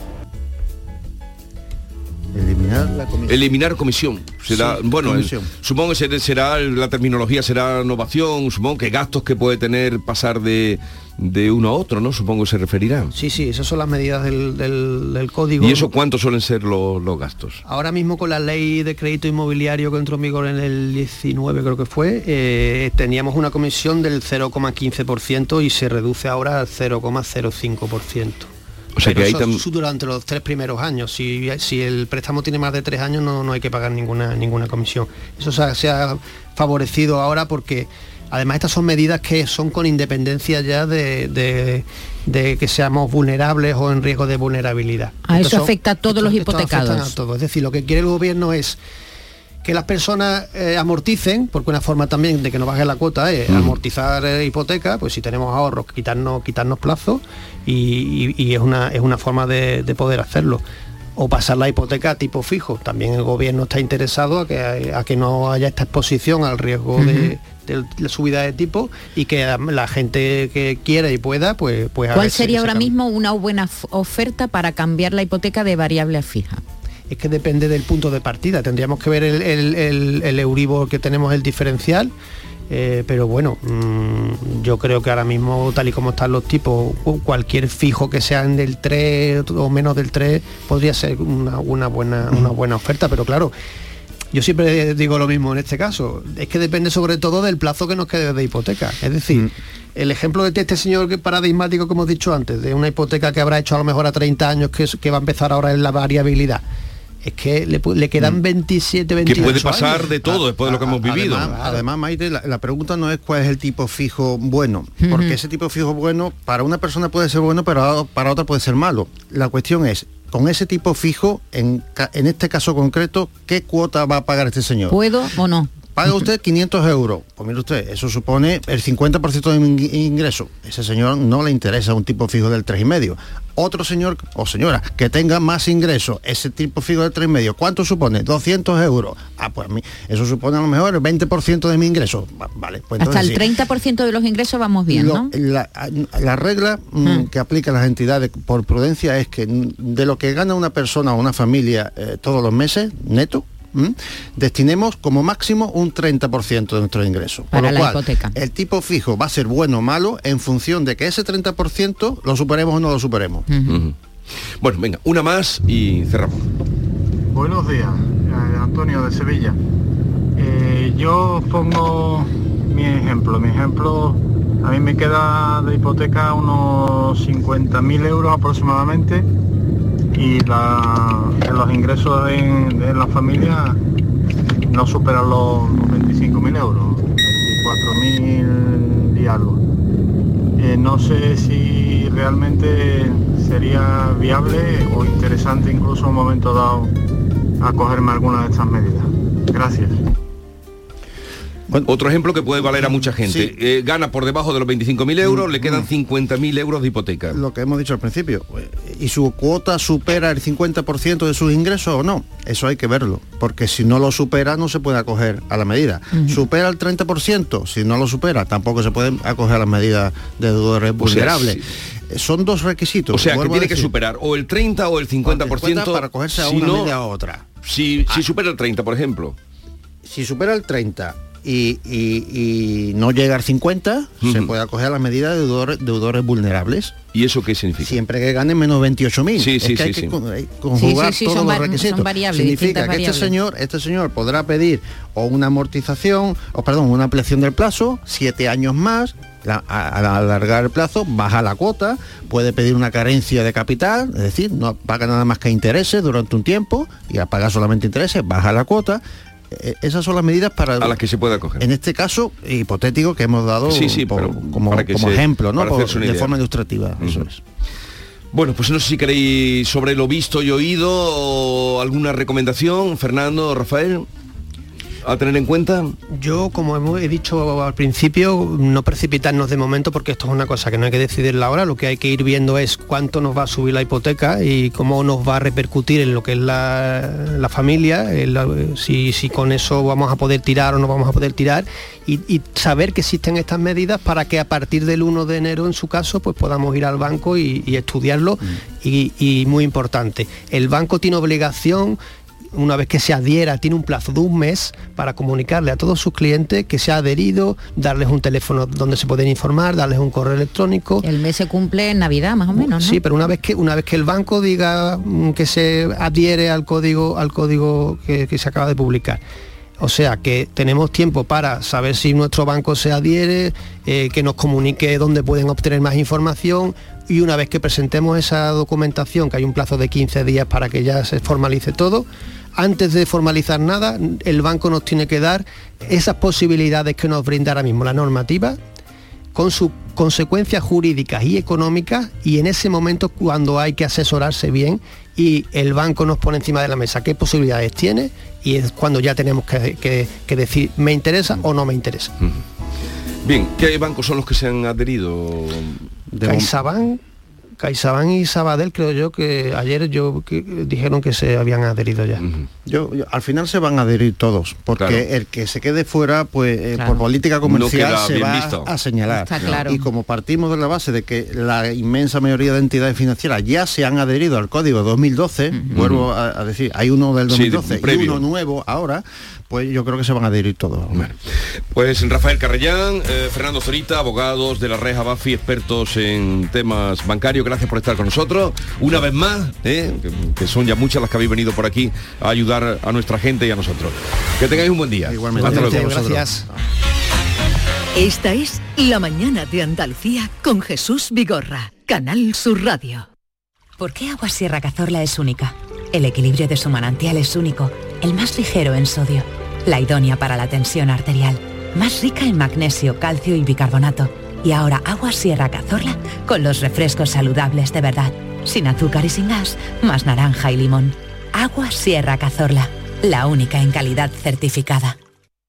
Eliminar la comisión. Eliminar comisión. Será, sí, bueno, comisión. El, supongo que será, será, la terminología será innovación, supongo que gastos que puede tener pasar de, de uno a otro, ¿no? Supongo que se referirá. Sí, sí, esas son las medidas del, del, del código. ¿Y eso cuántos suelen ser los, los gastos? Ahora mismo con la ley de crédito inmobiliario que entró en vigor en el diecinueve, creo que fue, eh, teníamos una comisión del cero coma quince por ciento y se reduce ahora al cero coma cero cinco por ciento. O sea, pero que eso hay tam... durante los tres primeros años. Si, si el préstamo tiene más de tres años no, no hay que pagar ninguna, ninguna comisión. Eso se ha, se ha favorecido ahora porque además estas son medidas que son con independencia ya de, de, de que seamos vulnerables o en riesgo de vulnerabilidad. A eso son, afecta a todos los hipotecados. A todos. Es decir, lo que quiere el gobierno es que las personas eh, amorticen, porque una forma también de que no baje la cuota es mm. amortizar eh, hipoteca, pues si tenemos ahorros, quitarnos, quitarnos plazos y, y, y es una es una forma de, de poder hacerlo. O pasar la hipoteca a tipo fijo. También el gobierno está interesado a que, a que no haya esta exposición al riesgo uh-huh. de, de la subida de tipo y que la, la gente que quiera y pueda, pues... pues ¿Cuál sería ahora mismo una buena oferta para cambiar la hipoteca de variable a fija? Es que depende del punto de partida. Tendríamos que ver el, el, el, el Euribor que tenemos, el diferencial. Eh, pero bueno, mmm, yo creo que ahora mismo, tal y como están los tipos, cualquier fijo que sean del tres o menos del tres podría ser una, una, buena, una buena oferta, pero claro, yo siempre digo lo mismo en este caso, es que depende sobre todo del plazo que nos quede de hipoteca. Es decir, mm. el ejemplo de este señor que paradigmático que hemos dicho antes, de una hipoteca que habrá hecho a lo mejor a treinta años, que, que va a empezar ahora en la variabilidad, es que le, le quedan veintisiete, veintiocho que puede pasar años. de todo ah, después de lo que hemos vivido. Además, además Maite, la, la pregunta no es cuál es el tipo fijo bueno, uh-huh. porque ese tipo fijo bueno para una persona puede ser bueno, pero para otra puede ser malo. La cuestión es, con ese tipo fijo, en, en este caso concreto, ¿qué cuota va a pagar este señor? ¿Puedo o no? Paga usted quinientos euros. Pues mire usted, eso supone el cincuenta por ciento de ingreso. Ese señor no le interesa un tipo fijo del tres y medio. Otro señor o señora que tenga más ingresos, ese tipo fijo del tres y medio, ¿cuánto supone? doscientos euros. Ah, pues a mí, eso supone a lo mejor el veinte por ciento de mi ingreso. Vale, pues hasta el treinta por ciento de los ingresos vamos bien, lo, ¿no? La, la regla mm. que aplican las entidades por prudencia es que de lo que gana una persona o una familia eh, todos los meses, neto, ¿Mm? destinemos como máximo un treinta por ciento de nuestros ingresos. Por Para lo la cual, hipoteca. El tipo fijo va a ser bueno o malo en función de que ese treinta por ciento lo superemos o no lo superemos. Uh-huh. Uh-huh. Bueno, venga, una más y cerramos. Buenos días, eh, Antonio de Sevilla. Eh, yo pongo mi ejemplo. Mi ejemplo, a mí me queda de hipoteca unos cincuenta mil euros aproximadamente. Y la, los ingresos en, de la familia no superan los veinticinco mil euros, veinticuatro mil y algo. Eh, no sé si realmente sería viable o interesante incluso en un momento dado acogerme a alguna de estas medidas. Gracias. Bueno, otro ejemplo que puede valer a mucha gente. Sí. Eh, gana por debajo de los veinticinco mil euros, mm, le quedan cincuenta mil euros de hipoteca. Lo que hemos dicho al principio. ¿Y su cuota supera el cincuenta por ciento de sus ingresos o no? Eso hay que verlo, porque si no lo supera no se puede acoger a la medida. Uh-huh. ¿Supera el treinta por ciento? Si no lo supera, tampoco se puede acoger a las medidas de deudores vulnerables. O sea, sí. Son dos requisitos. O sea, que tiene que superar o el treinta o el cincuenta por ciento para acogerse a si una no, medida a otra. Si, ah. si supera el treinta, por ejemplo. Si supera el treinta y, y, y no llega al cincuenta, uh-huh. se puede acoger a las medidas de deudores, deudores vulnerables. ¿Y eso qué significa? Siempre que ganen menos veintiocho mil. Sí, sí, es que sí, hay sí. que conjugar sí, sí, sí, todos son los va- requisitos. son variables, Significa que variables. este señor, este señor podrá pedir o una amortización, o perdón, una ampliación del plazo, siete años más. La, a, al alargar el plazo, baja la cuota, puede pedir una carencia de capital, es decir, no paga nada más que intereses durante un tiempo y al pagar solamente intereses, baja la cuota. Eh, esas son las medidas para a las que se puede acoger. En este caso hipotético que hemos dado sí, sí, por, pero como, para que como se, ejemplo, ¿no? Por, de idea. forma ilustrativa. Uh-huh. Eso es. Bueno, pues no sé si queréis sobre lo visto y oído o alguna recomendación, Fernando, Rafael, a tener en cuenta. Yo, como hemos he dicho al principio, no precipitarnos de momento porque esto es una cosa que no hay que decidirla ahora. Lo que hay que ir viendo es cuánto nos va a subir la hipoteca y cómo nos va a repercutir en lo que es la, la familia, en la, si, si con eso vamos a poder tirar o no vamos a poder tirar, y, y saber que existen estas medidas para que a partir del uno de enero, en su caso, pues podamos ir al banco y, y estudiarlo. Mm. Y, y muy importante, el banco tiene obligación, una vez que se adhiera, tiene un plazo de un mes para comunicarle a todos sus clientes que se ha adherido, darles un teléfono donde se pueden informar, darles un correo electrónico. El mes se cumple en Navidad, más o menos, ¿no? Sí, pero una vez que una vez que el banco diga que se adhiere al código al código que, que se acaba de publicar. O sea que tenemos tiempo para saber si nuestro banco se adhiere, eh, que nos comunique dónde pueden obtener más información, y una vez que presentemos esa documentación, que hay un plazo de quince días para que ya se formalice todo, antes de formalizar nada, el banco nos tiene que dar esas posibilidades que nos brinda ahora mismo la normativa, con sus consecuencias jurídicas y económicas, y en ese momento cuando hay que asesorarse bien y el banco nos pone encima de la mesa qué posibilidades tiene, y es cuando ya tenemos que, que, que decir me interesa o no me interesa. Bien, ¿qué bancos son los que se han adherido? CaixaBank, CaixaBank y Sabadell, creo yo que ayer yo que, dijeron que se habían adherido ya. Uh-huh. Yo, yo, al final se van a adherir todos, porque claro. el que se quede fuera, pues eh, claro. por política comercial no se va visto. a señalar. Está claro. Y como partimos de la base de que la inmensa mayoría de entidades financieras ya se han adherido al código dos mil doce, uh-huh. vuelvo a, a decir, hay uno del dos mil doce sí, de, y uno nuevo ahora, pues yo creo que se van a adherir todos. Bueno, pues Rafael Carrellán, eh, Fernando Zorita, abogados de la red Abafi, expertos en temas bancarios, gracias por estar con nosotros una vez más, eh, que, que son ya muchas las que habéis venido por aquí a ayudar a nuestra gente y a nosotros. Que tengáis un buen día. Igualmente. Hasta luego. Gracias. Esta es La Mañana de Andalucía con Jesús Vigorra, Canal Sur Radio. ¿Por qué Agua Sierra Cazorla es única? El equilibrio de su manantial es único, el más ligero en sodio, la idónea para la tensión arterial, más rica en magnesio, calcio y bicarbonato. Y ahora Agua Sierra Cazorla con los refrescos saludables de verdad, sin azúcar y sin gas, más naranja y limón. Agua Sierra Cazorla, la única en calidad certificada.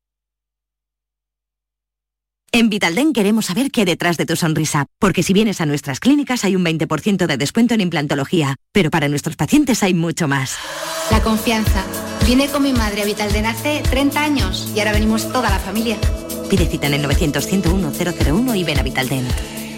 En Vitaldent queremos saber qué hay detrás de tu sonrisa, porque si vienes a nuestras clínicas hay un veinte por ciento de descuento en implantología, pero para nuestros pacientes hay mucho más. La confianza. Vine con mi madre a Vitaldent hace treinta años y ahora venimos toda la familia. Pide cita en el novecientos, ciento uno, cero cero uno y ven a Vitaldent.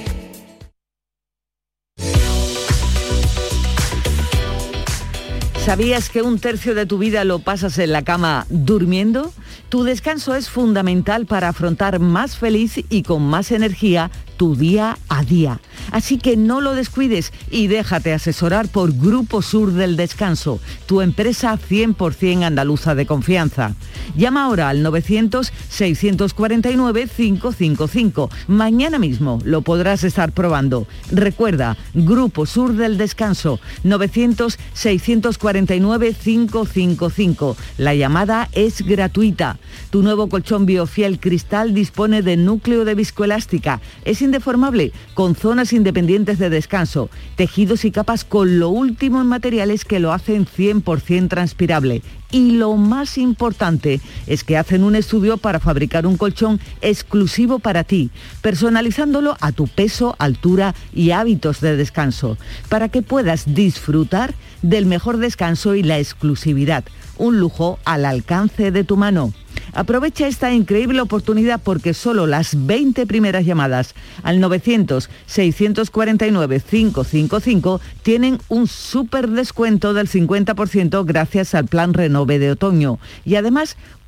¿Sabías que un tercio de tu vida lo pasas en la cama durmiendo? Tu descanso es fundamental para afrontar más feliz y con más energía tu día a día. Así que no lo descuides y déjate asesorar por Grupo Sur del Descanso, tu empresa cien por ciento andaluza de confianza. Llama ahora al novecientos, seiscientos cuarenta y nueve, quinientos cincuenta y cinco. Mañana mismo lo podrás estar probando. Recuerda, Grupo Sur del Descanso, novecientos, seiscientos cuarenta y nueve, quinientos cincuenta y cinco. La llamada es gratuita. Tu nuevo colchón Biofiel Cristal dispone de núcleo de viscoelástica. Es indeformable, con zonas independientes de descanso, tejidos y capas con lo último en materiales que lo hacen cien por ciento transpirable. Y lo más importante es que hacen un estudio para fabricar un colchón exclusivo para ti, personalizándolo a tu peso, altura y hábitos de descanso, para que puedas disfrutar del mejor descanso y la exclusividad, un lujo al alcance de tu mano. Aprovecha esta increíble oportunidad porque solo las veinte primeras llamadas al novecientos, seiscientos cuarenta y nueve, quinientos cincuenta y cinco tienen un súper descuento del cincuenta por ciento gracias al plan Renove de otoño. Y además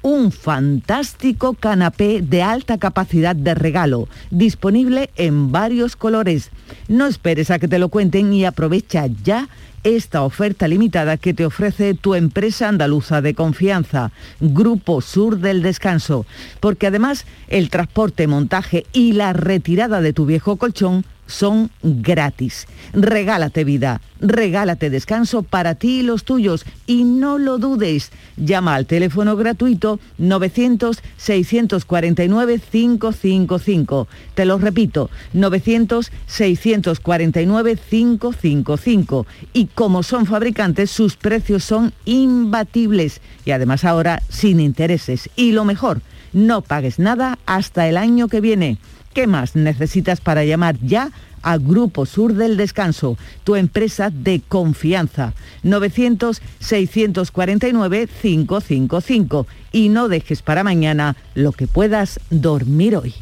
un fantástico canapé de alta capacidad de regalo, disponible en varios colores. No esperes a que te lo cuenten y aprovecha ya esta oferta limitada que te ofrece tu empresa andaluza de confianza, Grupo Sur del Descanso, porque además el transporte, montaje y la retirada de tu viejo colchón son gratis. Regálate vida, regálate descanso para ti y los tuyos y no lo dudes. Llama al teléfono gratuito novecientos, seiscientos cuarenta y nueve, quinientos cincuenta y cinco. Te lo repito, novecientos, seiscientos cuarenta y nueve, quinientos cincuenta y cinco. Y como son fabricantes, sus precios son imbatibles y además ahora sin intereses. Y lo mejor, no pagues nada hasta el año que viene. ¿Qué más necesitas para llamar ya a Grupo Sur del Descanso, tu empresa de confianza? novecientos, seiscientos cuarenta y nueve, quinientos cincuenta y cinco. Y no dejes para mañana lo que puedas dormir hoy.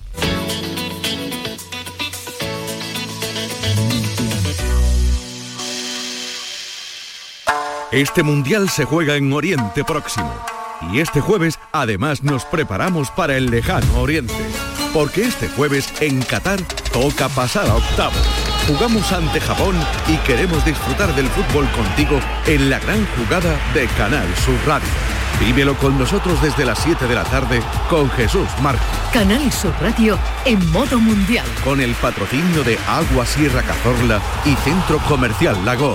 Este mundial se juega en Oriente Próximo. Y este jueves además nos preparamos para el lejano Oriente. Porque este jueves en Qatar toca pasar a octavos. Jugamos ante Japón y queremos disfrutar del fútbol contigo en la gran jugada de Canal Sur Radio. Vívelo con nosotros desde las siete de la tarde con Jesús Marcos. Canal Sur Radio en modo mundial. Con el patrocinio de Agua Sierra Cazorla y Centro Comercial Lago.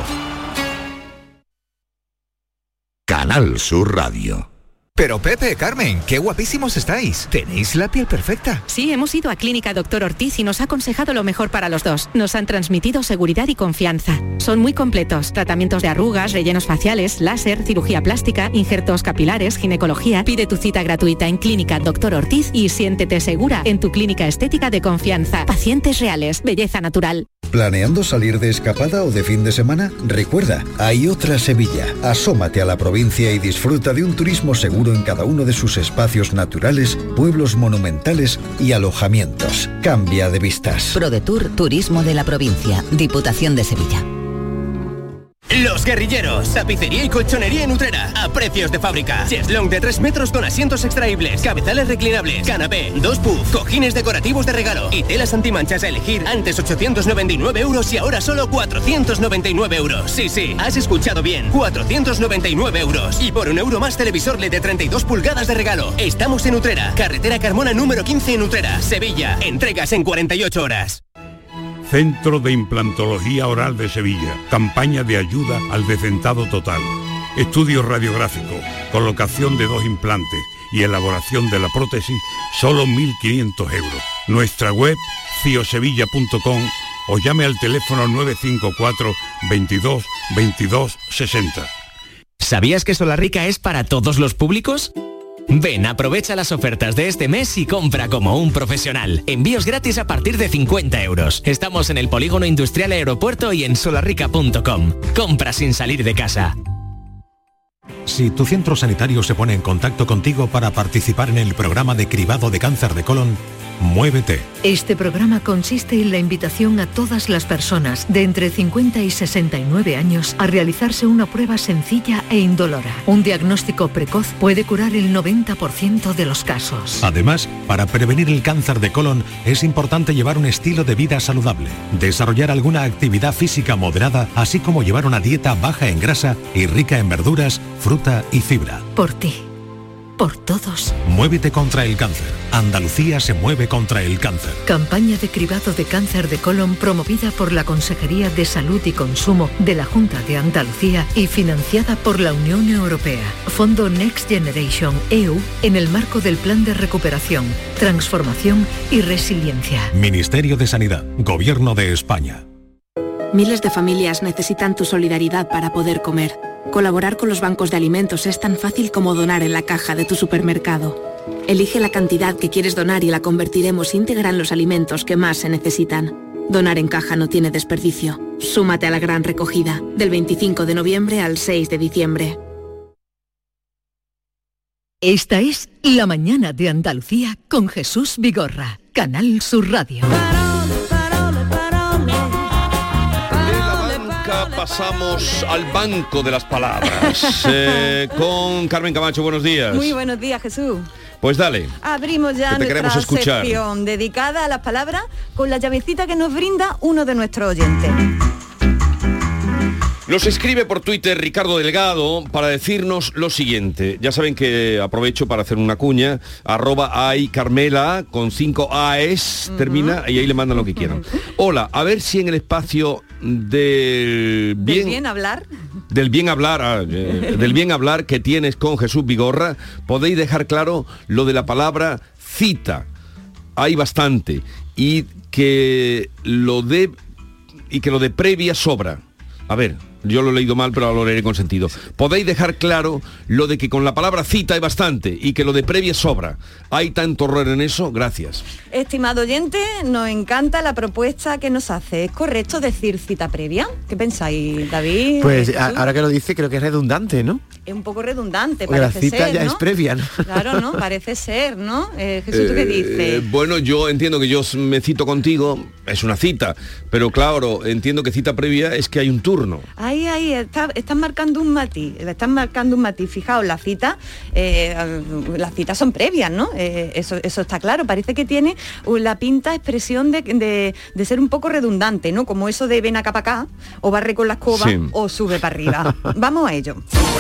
Canal Sur Radio. Pero Pepe, Carmen, qué guapísimos estáis. Tenéis la piel perfecta. Sí, hemos ido a Clínica Doctor Ortiz y nos ha aconsejado lo mejor para los dos. Nos han transmitido seguridad y confianza. Son muy completos. Tratamientos de arrugas, rellenos faciales, láser, cirugía plástica, injertos capilares, ginecología. Pide tu cita gratuita en Clínica Doctor Ortiz y siéntete segura en tu clínica estética de confianza. Pacientes reales, belleza natural. ¿Planeando salir de escapada o de fin de semana? Recuerda, hay otra Sevilla. Asómate a la provincia y disfruta de un turismo seguro en cada uno de sus espacios naturales, pueblos monumentales y alojamientos. Cambia de vistas. ProDetour Turismo de la Provincia, Diputación de Sevilla. Los Guerrilleros, tapicería y colchonería en Utrera, a precios de fábrica. Cheslong de tres metros con asientos extraíbles, cabezales reclinables, canapé, dos puff, cojines decorativos de regalo y telas antimanchas a elegir. Antes ochocientos noventa y nueve euros y ahora solo cuatrocientos noventa y nueve euros. Sí, sí, has escuchado bien, cuatrocientos noventa y nueve euros. Y por un euro más televisor L E D de treinta y dos pulgadas de regalo. Estamos en Utrera, carretera Carmona número quince en Utrera, Sevilla. Entregas en cuarenta y ocho horas. Centro de Implantología Oral de Sevilla. Campaña de ayuda al decentado total. Estudio radiográfico, colocación de dos implantes y elaboración de la prótesis, solo mil quinientos euros. Nuestra web, ciosevilla punto com o llame al teléfono nueve cinco cuatro, veintidós, veintidós, sesenta. ¿Sabías que Solarrica es para todos los públicos? Ven, aprovecha las ofertas de este mes y compra como un profesional. Envíos gratis a partir de cincuenta euros. Estamos en el Polígono Industrial Aeropuerto y en solarrica punto com. Compra sin salir de casa. Si tu centro sanitario se pone en contacto contigo para participar en el programa de cribado de cáncer de colon, muévete. Este programa consiste en la invitación a todas las personas de entre cincuenta y sesenta y nueve años a realizarse una prueba sencilla e indolora. Un diagnóstico precoz puede curar el noventa por ciento de los casos. Además, para prevenir el cáncer de colon es importante llevar un estilo de vida saludable, desarrollar alguna actividad física moderada, así como llevar una dieta baja en grasa y rica en verduras, fruta y fibra. Por ti. Por todos. Muévete contra el cáncer. Andalucía se mueve contra el cáncer. Campaña de cribado de cáncer de colon promovida por la Consejería de Salud y Consumo de la Junta de Andalucía y financiada por la Unión Europea. Fondo Next Generation E U en el marco del Plan de Recuperación, Transformación y Resiliencia. Ministerio de Sanidad. Gobierno de España. Miles de familias necesitan tu solidaridad para poder comer. Colaborar con los bancos de alimentos es tan fácil como donar en la caja de tu supermercado. Elige la cantidad que quieres donar y la convertiremos íntegra en los alimentos que más se necesitan. Donar en caja no tiene desperdicio. Súmate a la gran recogida, del veinticinco de noviembre al seis de diciembre. Esta es La Mañana de Andalucía con Jesús Vigorra, Canal Sur Radio. pasamos al banco de las palabras. Eh, con Carmen Camacho, buenos días. Muy buenos días, Jesús. Pues dale. Abrimos ya nuestra sección dedicada a las palabras con la llavecita que nos brinda uno de nuestros oyentes. Nos escribe por Twitter Ricardo Delgado para decirnos lo siguiente. Ya saben que aprovecho para hacer una cuña, arroba ay Carmela con cinco A's uh-huh. termina y ahí le mandan lo que quieran. Hola, a ver si en el espacio del bien, ¿Del bien hablar? Del bien hablar, ah, eh, del bien hablar que tienes con Jesús Vigorra, podéis dejar claro lo de la palabra cita. Hay bastante y que lo de y que lo de previa sobra. A ver, yo lo he leído mal, pero lo leeré con sentido. Podéis dejar claro lo de que con la palabra cita hay bastante y que lo de previa sobra. ¿Hay tanto error en eso? Gracias. Estimado oyente, nos encanta la propuesta que nos hace. ¿Es correcto decir cita previa? ¿Qué pensáis, David? Pues a, ahora que lo dice, creo que es redundante, ¿no? Es un poco redundante, porque parece la cita ser, ya ¿no? es previa, ¿no? Claro, ¿no? Parece ser, ¿no? Eh, Jesús, ¿tú qué dices? Eh, bueno, yo entiendo que yo me cito contigo, es una cita, pero claro, entiendo que cita previa es que hay un turno. Ahí, ahí, está, están marcando un matiz, están marcando un matiz. Fijaos, las citas, eh, las citas son previas, ¿no? Eh, eso, eso está claro, parece que tiene la pinta, expresión de, de, de ser un poco redundante, ¿no? Como eso de ven acá para acá, o barre con la escoba, sí. o sube para arriba. Vamos a ello.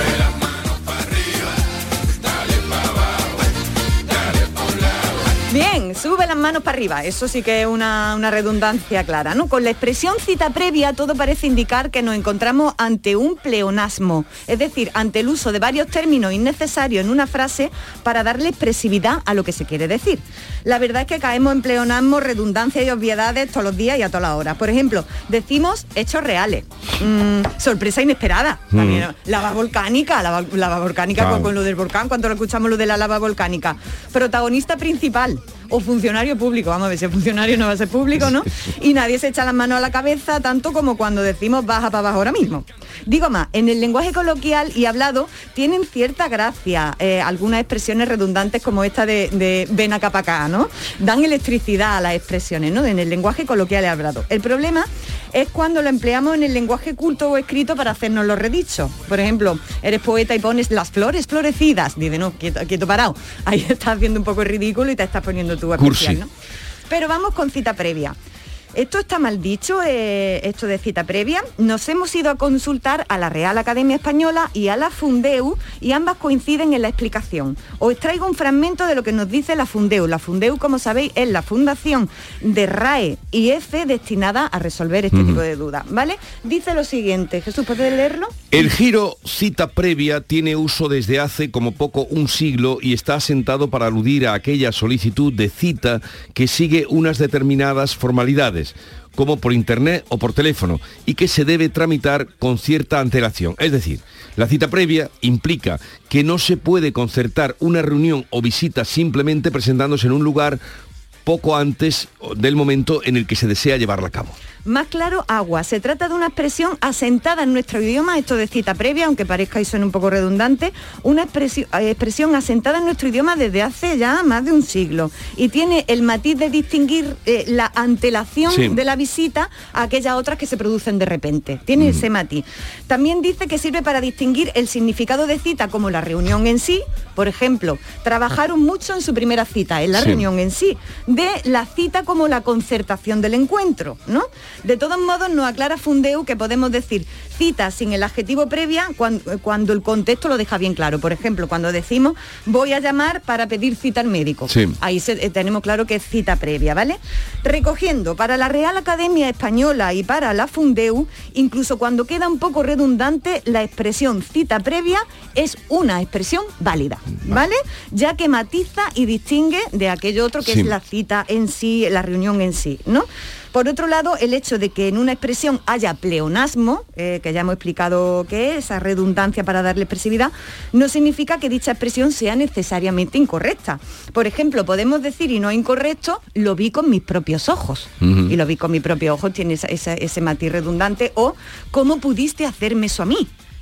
Bien, sube las manos para arriba, eso sí que es una, una redundancia clara, ¿no? Con la expresión cita previa todo parece indicar que nos encontramos ante un pleonasmo, es decir, ante el uso de varios términos innecesarios en una frase para darle expresividad a lo que se quiere decir. La verdad es que caemos en pleonasmo, redundancia y obviedades todos los días y a todas las horas. Por ejemplo, decimos hechos reales, mm, sorpresa inesperada, mm. también, lava volcánica, lava, lava volcánica claro. con, con lo del volcán, cuando lo escuchamos lo de la lava volcánica, protagonista principal, o funcionario público, vamos a ver si el funcionario no va a ser público, ¿no? Y nadie se echa las manos a la cabeza tanto como cuando decimos baja para abajo ahora mismo. Digo más, en el lenguaje coloquial y hablado tienen cierta gracia eh, algunas expresiones redundantes como esta de, de ven acá para acá, ¿no? Dan electricidad a las expresiones, ¿no? En el lenguaje coloquial y hablado. El problema es cuando lo empleamos en el lenguaje culto o escrito para hacernos los redichos. Por ejemplo, eres poeta y pones las flores florecidas. Dice, no, quieto, quieto parado. Ahí estás haciendo un poco el ridículo y te estás poniendo tu especial, ¿no? Pero vamos con cita previa. Esto está mal dicho, eh, esto de cita previa. Nos hemos ido a consultar a la Real Academia Española y a la Fundeu y ambas coinciden en la explicación. Os traigo un fragmento de lo que nos dice la Fundeu. La Fundeu, como sabéis, es la fundación de R A E y F destinada a resolver este mm. tipo de dudas, ¿vale? Dice lo siguiente, Jesús, ¿puedes leerlo? El giro cita previa tiene uso desde hace como poco un siglo y está asentado para aludir a aquella solicitud de cita que sigue unas determinadas formalidades, como por internet o por teléfono, y que se debe tramitar con cierta antelación. Es decir, la cita previa implica que no se puede concertar una reunión o visita simplemente presentándose en un lugar poco antes del momento en el que se desea llevarla a cabo. Más claro, agua. Se trata de una expresión asentada en nuestro idioma, esto de cita previa, aunque parezca y suene un poco redundante, una expresión, expresión asentada en nuestro idioma desde hace ya más de un siglo. Y tiene el matiz de distinguir eh, la antelación sí. de la visita a aquellas otras que se producen de repente. Tiene mm. ese matiz. También dice que sirve para distinguir el significado de cita como la reunión en sí. Por ejemplo, trabajaron mucho en su primera cita, en la sí. reunión en sí. De la cita como la concertación del encuentro, ¿no? De todos modos, nos aclara Fundeu que podemos decir cita sin el adjetivo previa cuando, cuando el contexto lo deja bien claro. Por ejemplo, cuando decimos voy a llamar para pedir cita al médico. Sí. Ahí se, eh, tenemos claro que es cita previa, ¿vale? Recogiendo, para la Real Academia Española y para la Fundeu, incluso cuando queda un poco redundante, la expresión cita previa es una expresión válida, ¿vale? Ya que matiza y distingue de aquello otro que sí. es la cita en sí, la reunión en sí, ¿no? Por otro lado, el hecho de que en una expresión haya pleonasmo, eh, que ya hemos explicado qué es, esa redundancia para darle expresividad, no significa que dicha expresión sea necesariamente incorrecta. Por ejemplo, podemos decir, y no es incorrecto, lo vi con mis propios ojos. Uh-huh. Y lo vi con mis propios ojos, tiene esa, esa, ese matiz redundante. O, ¿cómo pudiste hacerme eso a mí?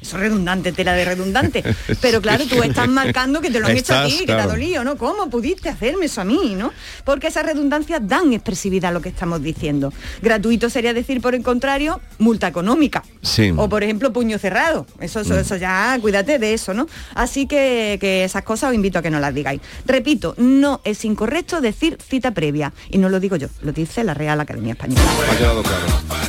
Eso es redundante, tela de redundante. Pero claro, tú estás marcando que te lo han Estás, hecho a ti, claro. que te ha dolido, ¿no? ¿Cómo pudiste hacerme eso a mí, no? Porque esas redundancias dan expresividad a lo que estamos diciendo. Gratuito sería decir, por el contrario, multa económica. Sí. O, por ejemplo, puño cerrado. Eso, eso, Mm. eso ya, cuídate de eso, ¿no? Así que, que esas cosas os invito a que no las digáis. Repito, no es incorrecto decir cita previa. Y no lo digo yo, lo dice la Real Academia Española. Ha quedado claro.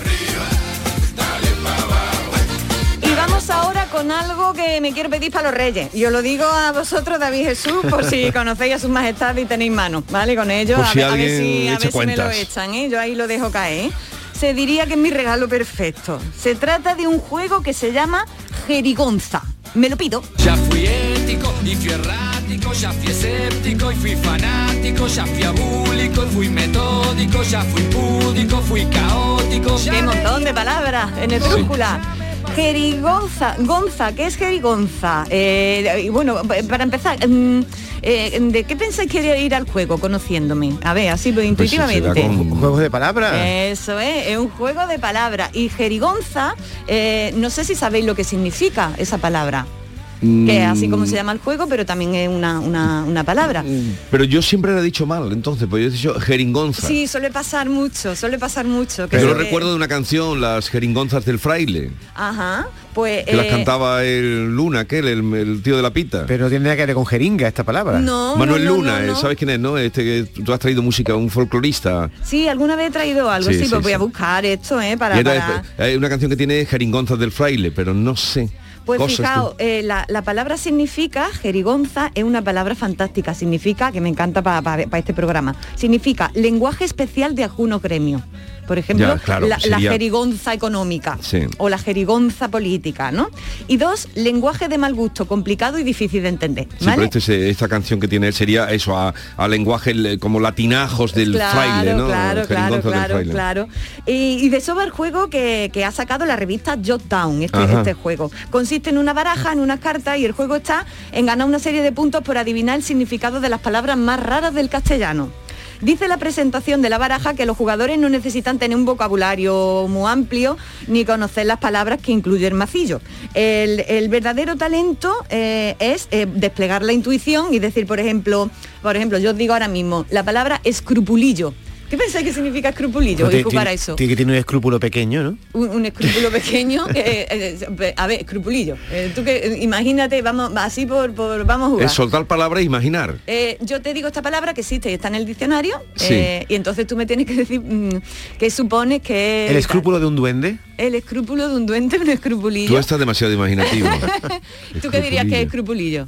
Y vamos ahora con algo que me quiero pedir para los Reyes. Y os lo digo a vosotros, David Jesús, por si conocéis a sus majestades y tenéis manos, ¿vale? Con ellos, Por a, si ver, a ver alguien si, a echa ver si me lo cuentas. echan, ¿eh? Yo ahí lo dejo caer, ¿eh? Se diría que es mi regalo perfecto. Se trata de un juego que se llama Jerigonza. Me lo pido. Ya fui ético y fui errático, ya fui escéptico y fui fanático, ya fui abúlico y fui metódico, ya fui púdico, fui caótico. Qué montón de palabras en el brújula. Jerigonza, Gonza, ¿qué es Jerigonza? Eh, y bueno, para empezar, mm, eh, ¿de qué pensáis que quería ir al juego conociéndome? A ver, así pues, intuitivamente. Con juegos de palabras. Eso es, es un juego de palabras. Y jerigonza, eh, no sé si sabéis lo que significa esa palabra. Que es así como se llama el juego, pero también es una, una, una palabra. Pero yo siempre lo he dicho mal, entonces, pues yo he dicho jeringonza. Sí, suele pasar mucho, suele pasar mucho. Yo lo se- recuerdo de una canción, las jeringonzas del fraile, Ajá, pues... que las eh, cantaba el Luna, aquel, el, el tío de la pita. Pero tiene nada que ver con jeringa esta palabra. No, Manuel no, no, Luna, no, no. eh, ¿sabes quién es, no? Este que tú has traído música, un folclorista. Sí, alguna vez he traído algo, Sí, sí, sí, pues voy sí. a buscar esto, ¿eh? Para... Y era- para... Hay una canción que tiene jeringonzas del fraile, pero no sé. Pues Cosas fijaos, eh, la, la palabra significa, jerigonza, es una palabra fantástica, significa, que me encanta para este programa, significa lenguaje especial de algunos gremios. Por ejemplo, Ya, claro, la, sería- la jerigonza económica Sí. o la jerigonza política, ¿no? Y dos, lenguaje de mal gusto, complicado y difícil de entender. Sí, ¿vale? pero este, se- esta canción que tiene él sería eso, a, a lenguaje el- como latinajos del Claro, fraile, ¿no? claro, claro, Jeringonzas del claro, fraile. claro. Y, y de eso va el juego que, que ha sacado la revista Jotdown, este, Ajá. este juego. Consiste en una baraja, en unas cartas, y el juego está en ganar una serie de puntos por adivinar el significado de las palabras más raras del castellano. Dice la presentación de la baraja que los jugadores no necesitan tener un vocabulario muy amplio ni conocer las palabras que incluye el macillo. El, el verdadero talento eh, es eh, desplegar la intuición y decir, por ejemplo, por ejemplo, yo os digo ahora mismo la palabra escrupulillo. ¿Qué pensáis que significa escrupulillo? Tiene- Y jugar a tiene- eso. Tiene que tener un escrúpulo pequeño, ¿no? Un, un escrúpulo pequeño. eh, eh, a ver, escrupulillo. Eh, tú que eh, imagínate, vamos así por, por vamos a jugar. Es soltar palabras e imaginar. Eh, yo te digo esta palabra que existe y está en el diccionario, Sí. eh, y entonces tú me tienes que decir mm, qué supones que El escrúpulo de un duende. el escrúpulo de un duende, un escrupulillo. Tú estás demasiado imaginativo. ¿Tú qué dirías que es escrupulillo?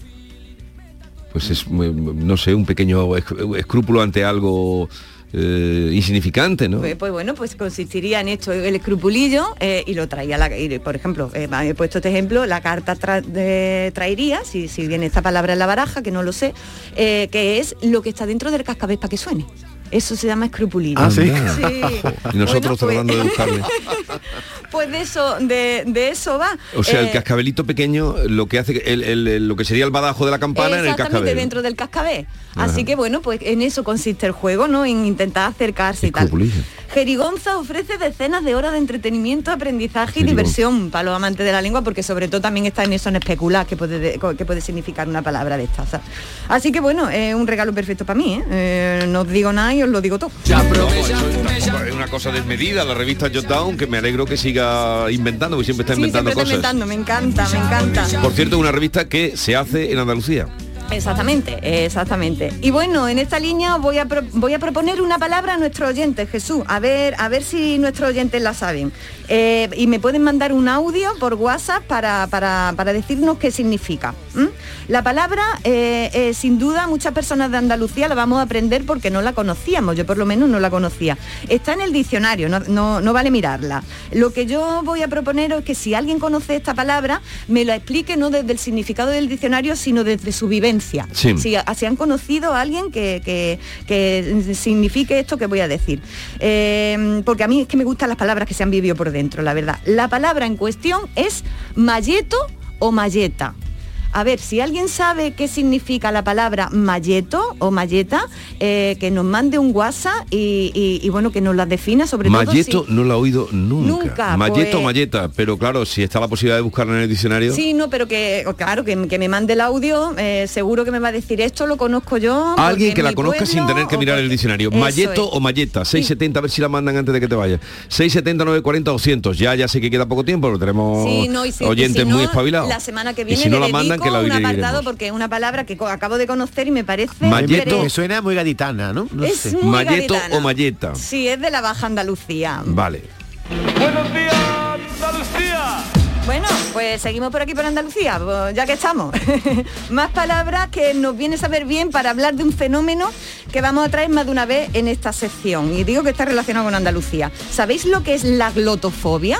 Pues es, muy- no sé, un pequeño esc- escrúpulo ante algo eh, insignificante, ¿no? Pues, pues bueno, pues consistiría en esto, el escrupulillo, eh, y lo traía, la, y, por ejemplo, eh, he puesto este ejemplo, la carta tra- de- traería, si, si viene esta palabra en la baraja, que no lo sé, eh, que es lo que está dentro del cascabel para que suene. Eso se llama escrupulillo. Ah, ¿sí? Sí. Y nosotros Bueno, tratando pues- de buscarle. Pues de eso, de, de eso va. O sea, el Eh, cascabelito pequeño, lo que hace, que- el, el- el- lo que sería el badajo de la campana en el Exactamente, cascabel. dentro del cascabel. Ajá. Así que bueno, pues en eso consiste el juego, ¿no? En intentar acercarse y tal. Escrupulillo. Jerigonza ofrece decenas de horas de entretenimiento, aprendizaje y Jerigonza. diversión para los amantes de la lengua, porque sobre todo también está en eso, en especular, que puede, que puede significar una palabra de estas. Así que bueno, es un regalo perfecto para mí, ¿eh? Eh, no os digo nada y os lo digo todo. Vamos, eso tampoco es una cosa desmedida, la revista Jotdown, que me alegro que siga inventando, porque siempre está Sí, inventando siempre está cosas. inventando, me encanta, me encanta. Por cierto, es una revista que se hace en Andalucía. Exactamente, exactamente. Y bueno, en esta línea voy a, pro- voy a proponer una palabra a nuestros oyentes, Jesús, a ver, a ver si nuestros oyentes la saben. Eh, y me pueden mandar un audio por WhatsApp para, para, para decirnos qué significa. ¿m? La palabra, eh, eh, sin duda, muchas personas de Andalucía la vamos a aprender porque no la conocíamos, yo por lo menos no la conocía. Está en el diccionario, no, no, no vale mirarla. Lo que yo voy a proponer es que si alguien conoce esta palabra, me la explique no desde el significado del diccionario, sino desde su vivencia. Sí. Si, si han conocido a alguien que, que, que signifique esto que voy a decir. Eh, porque a mí es que me gustan las palabras que se han vivido por dentro, la verdad. La palabra en cuestión es malleto o malleta. A ver, si alguien sabe qué significa la palabra malleto o malleta, eh, que nos mande un WhatsApp y, y, y bueno, que nos la defina, sobre malleto, todo si... no la he oído nunca. Nunca, Malleto pues... o malleta, pero claro, si está la posibilidad de buscarla en el diccionario. Sí, no, pero que, claro, que, que me mande el audio, eh, seguro que me va a decir esto, lo conozco yo. Alguien que la conozca pueblo, sin tener que mirar el diccionario. Malleto es. o malleta, seiscientos setenta, a ver si la mandan antes de que te vayas. seiscientos setenta, novecientos cuarenta, doscientos. Ya, ya sé que queda poco tiempo, pero tenemos sí, no, y si, oyentes y si no, muy espabilados. La semana que viene y si no le la mandan, que la un apartado oiremos. Porque es una palabra que acabo de conocer y me parece... Malleto. Me suena muy gaditana, ¿no? no es sé. muy Malleto gaditana. o malleta. Sí, es de la Baja Andalucía. Vale. Buenos días, Andalucía. Bueno, pues seguimos por aquí por Andalucía, ya que estamos. Más palabras que nos viene a saber bien para hablar de un fenómeno que vamos a traer más de una vez en esta sección. Y digo que está relacionado con Andalucía. ¿Sabéis lo que es la glotofobia?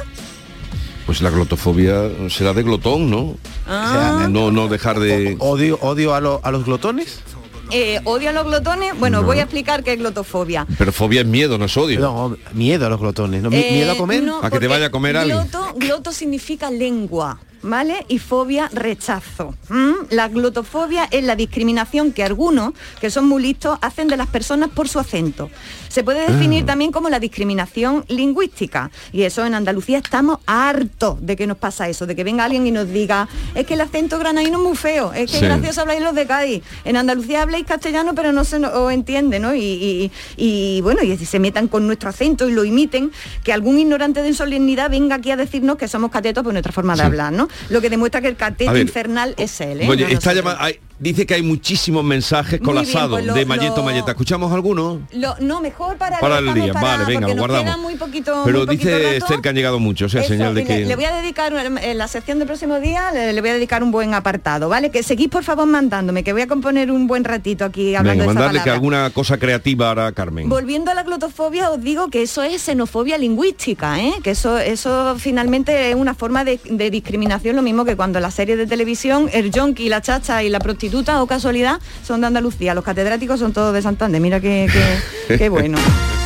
Pues la glotofobia será de glotón, ¿no? Ah. O sea, no, no dejar de... ¿Odio, odio a, lo, a los glotones? Eh, ¿Odio a los glotones? Bueno, No. voy a explicar qué es glotofobia. Pero fobia es miedo, no es odio. No, miedo a los glotones. ¿no? Eh, ¿Miedo a comer? no, a que te vaya a comer alguien. Gloto, gloto significa lengua, ¿vale? Y fobia, rechazo. ¿Mm? La glotofobia es la discriminación que algunos, que son muy listos, hacen de las personas por su acento. Se puede definir Ah. también como la discriminación lingüística. Y eso en Andalucía estamos hartos de que nos pasa eso, de que venga alguien y nos diga, es que el acento granadino es muy feo, es que Sí. gracioso habláis los de Cádiz. En Andalucía habláis castellano, pero no se os entiende, ¿no? Y, y, y, bueno, y se metan con nuestro acento y lo imiten, que algún ignorante de solemnidad venga aquí a decirnos que somos catetos por nuestra forma de Sí. hablar, ¿no? Lo que demuestra que el A cateto ver, infernal es él, ¿eh? Oye, No está nosotros. llama- hay- dice que hay muchísimos mensajes Muy bien, colapsados pues lo- de Malleto lo- Malleta. ¿Escuchamos alguno? Lo- no, mejor para, Para el dejamos día, para- vale, venga, porque lo nos guardamos. queda muy poquito, Pero muy poquito dice rato. Esther que han llegado muchos, o sea, Eso, señal de y que... le, le voy a dedicar en la sección del próximo día, le, le voy a dedicar un buen apartado, ¿vale? Que seguís por favor mandándome, que voy a componer un buen ratito aquí hablando Venga, de esta mandarle que palabra. alguna cosa creativa hará Carmen. Volviendo a la glotofobia, os digo que eso es xenofobia lingüística, ¿eh? Que eso, eso finalmente es una forma de, de discriminación, lo mismo que cuando en las series de televisión el yonki, la chacha y la prostituta, o casualidad, son de Andalucía. Los catedráticos son todos de Santander. Mira qué, qué, qué bueno.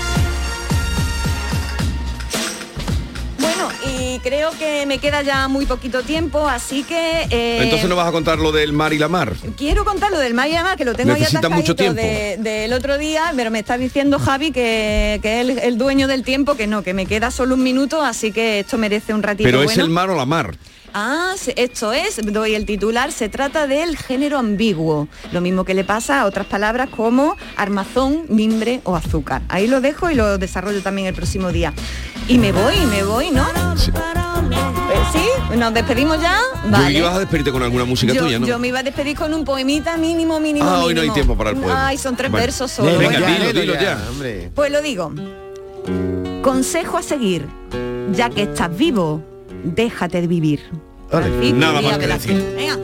Bueno, y creo que me queda ya muy poquito tiempo, así que... eh, Entonces nos vas a contar lo del mar y la mar. Quiero contar lo del mar y la mar, que lo tengo ahí Necesita mucho atascadito tiempo. de- del otro día, pero me está diciendo Javi que, que es el, el dueño del tiempo, que no, que me queda solo un minuto, así que esto merece un ratito Pero bueno. es el mar o la mar. Ah, se- esto es, doy el titular, se trata del género ambiguo, lo mismo que le pasa a otras palabras como armazón, mimbre o azúcar. Ahí lo dejo y lo desarrollo también el próximo día. Y me voy, me voy, ¿no? Sí. Eh, ¿Sí? ¿Nos despedimos ya? Yo Vale. ibas a despedirte con alguna música yo, tuya, ¿no? yo me iba a despedir con un poemita mínimo, mínimo, Ah, hoy no hay mínimo. tiempo para el poema. Ay, son tres Bueno. versos solo. Venga, Bueno, dilo, dilo ya. hombre. pues lo digo. Consejo a seguir. Ya que estás vivo, déjate de vivir. Francisco Nada Díaz más que Velázquez. decir. Venga.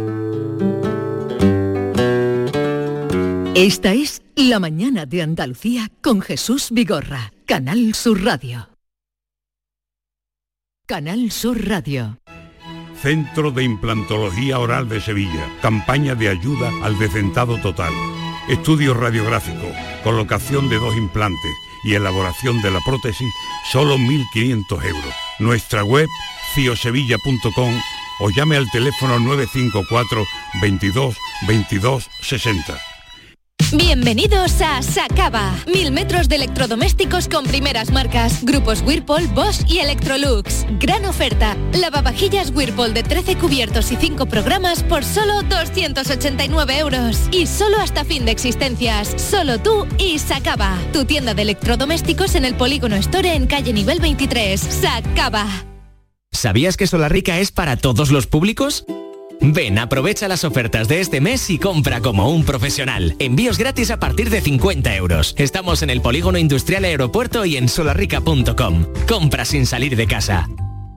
Esta es La Mañana de Andalucía con Jesús Vigorra, Canal Sur Radio. Canal Sur Radio. Centro de Implantología Oral de Sevilla. Campaña de ayuda al decentado total. Estudio radiográfico, colocación de dos implantes y elaboración de la prótesis, solo mil quinientos euros. Nuestra web, ciosevilla punto com, o llame al teléfono nueve cinco cuatro veintidós veintidós sesenta. Bienvenidos a Sacaba. Mil metros de electrodomésticos con primeras marcas. Grupos Whirlpool, Bosch y Electrolux. Gran oferta. Lavavajillas Whirlpool de trece cubiertos y cinco programas por solo doscientos ochenta y nueve euros. Y solo hasta fin de existencias. Solo tú y Sacaba. Tu tienda de electrodomésticos en el Polígono Store en calle nivel veintitrés. Sacaba. ¿Sabías que Solarrica es para todos los públicos? Ven, aprovecha las ofertas de este mes y compra como un profesional. Envíos gratis a partir de cincuenta euros. Estamos en el Polígono Industrial Aeropuerto y en solarrica punto com. Compra sin salir de casa.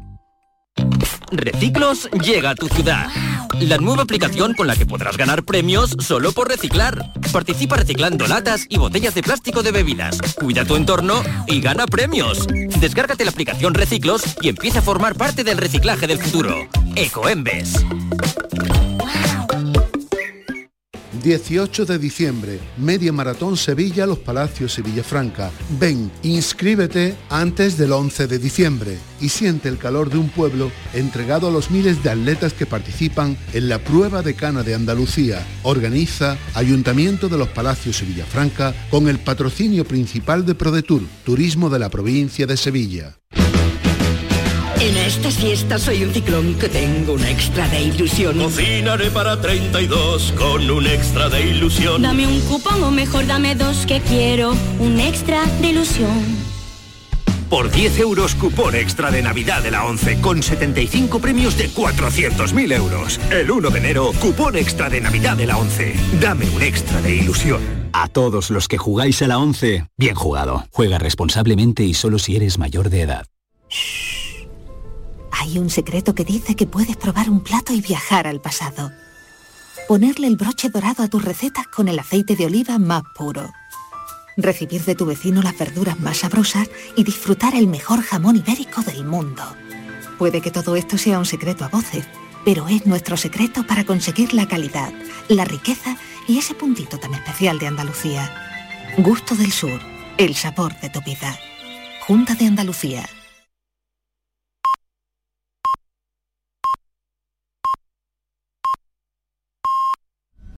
Reciclos llega a tu ciudad. La nueva aplicación con la que podrás ganar premios solo por reciclar. Participa reciclando latas y botellas de plástico de bebidas. Cuida tu entorno y gana premios. Descárgate la aplicación Reciclos y empieza a formar parte del reciclaje del futuro. Ecoembes. dieciocho de diciembre, Media Maratón Sevilla Los Palacios y Villafranca. Ven, inscríbete antes del once de diciembre y siente el calor de un pueblo entregado a los miles de atletas que participan en la prueba decana de Andalucía. Organiza Ayuntamiento de Los Palacios y Villafranca con el patrocinio principal de ProDetour, Turismo de la provincia de Sevilla. En estas fiestas soy un ciclón que tengo un extra de ilusión. Cocinaré para treinta y dos con un extra de ilusión. Dame un cupón o mejor dame dos que quiero un extra de ilusión. Por diez euros cupón extra de Navidad de la ONCE con setenta y cinco premios de cuatrocientos mil euros. El uno de enero, cupón extra de Navidad de la ONCE. Dame un extra de ilusión. A todos los que jugáis a la ONCE, bien jugado. Juega responsablemente y solo si eres mayor de edad. Hay un secreto que dice que puedes probar un plato y viajar al pasado. Ponerle el broche dorado a tus recetas con el aceite de oliva más puro. Recibir de tu vecino las verduras más sabrosas y disfrutar el mejor jamón ibérico del mundo. Puede que todo esto sea un secreto a voces, pero es nuestro secreto para conseguir la calidad, la riqueza y ese puntito tan especial de Andalucía. Gusto del Sur, el sabor de tu vida. Junta de Andalucía.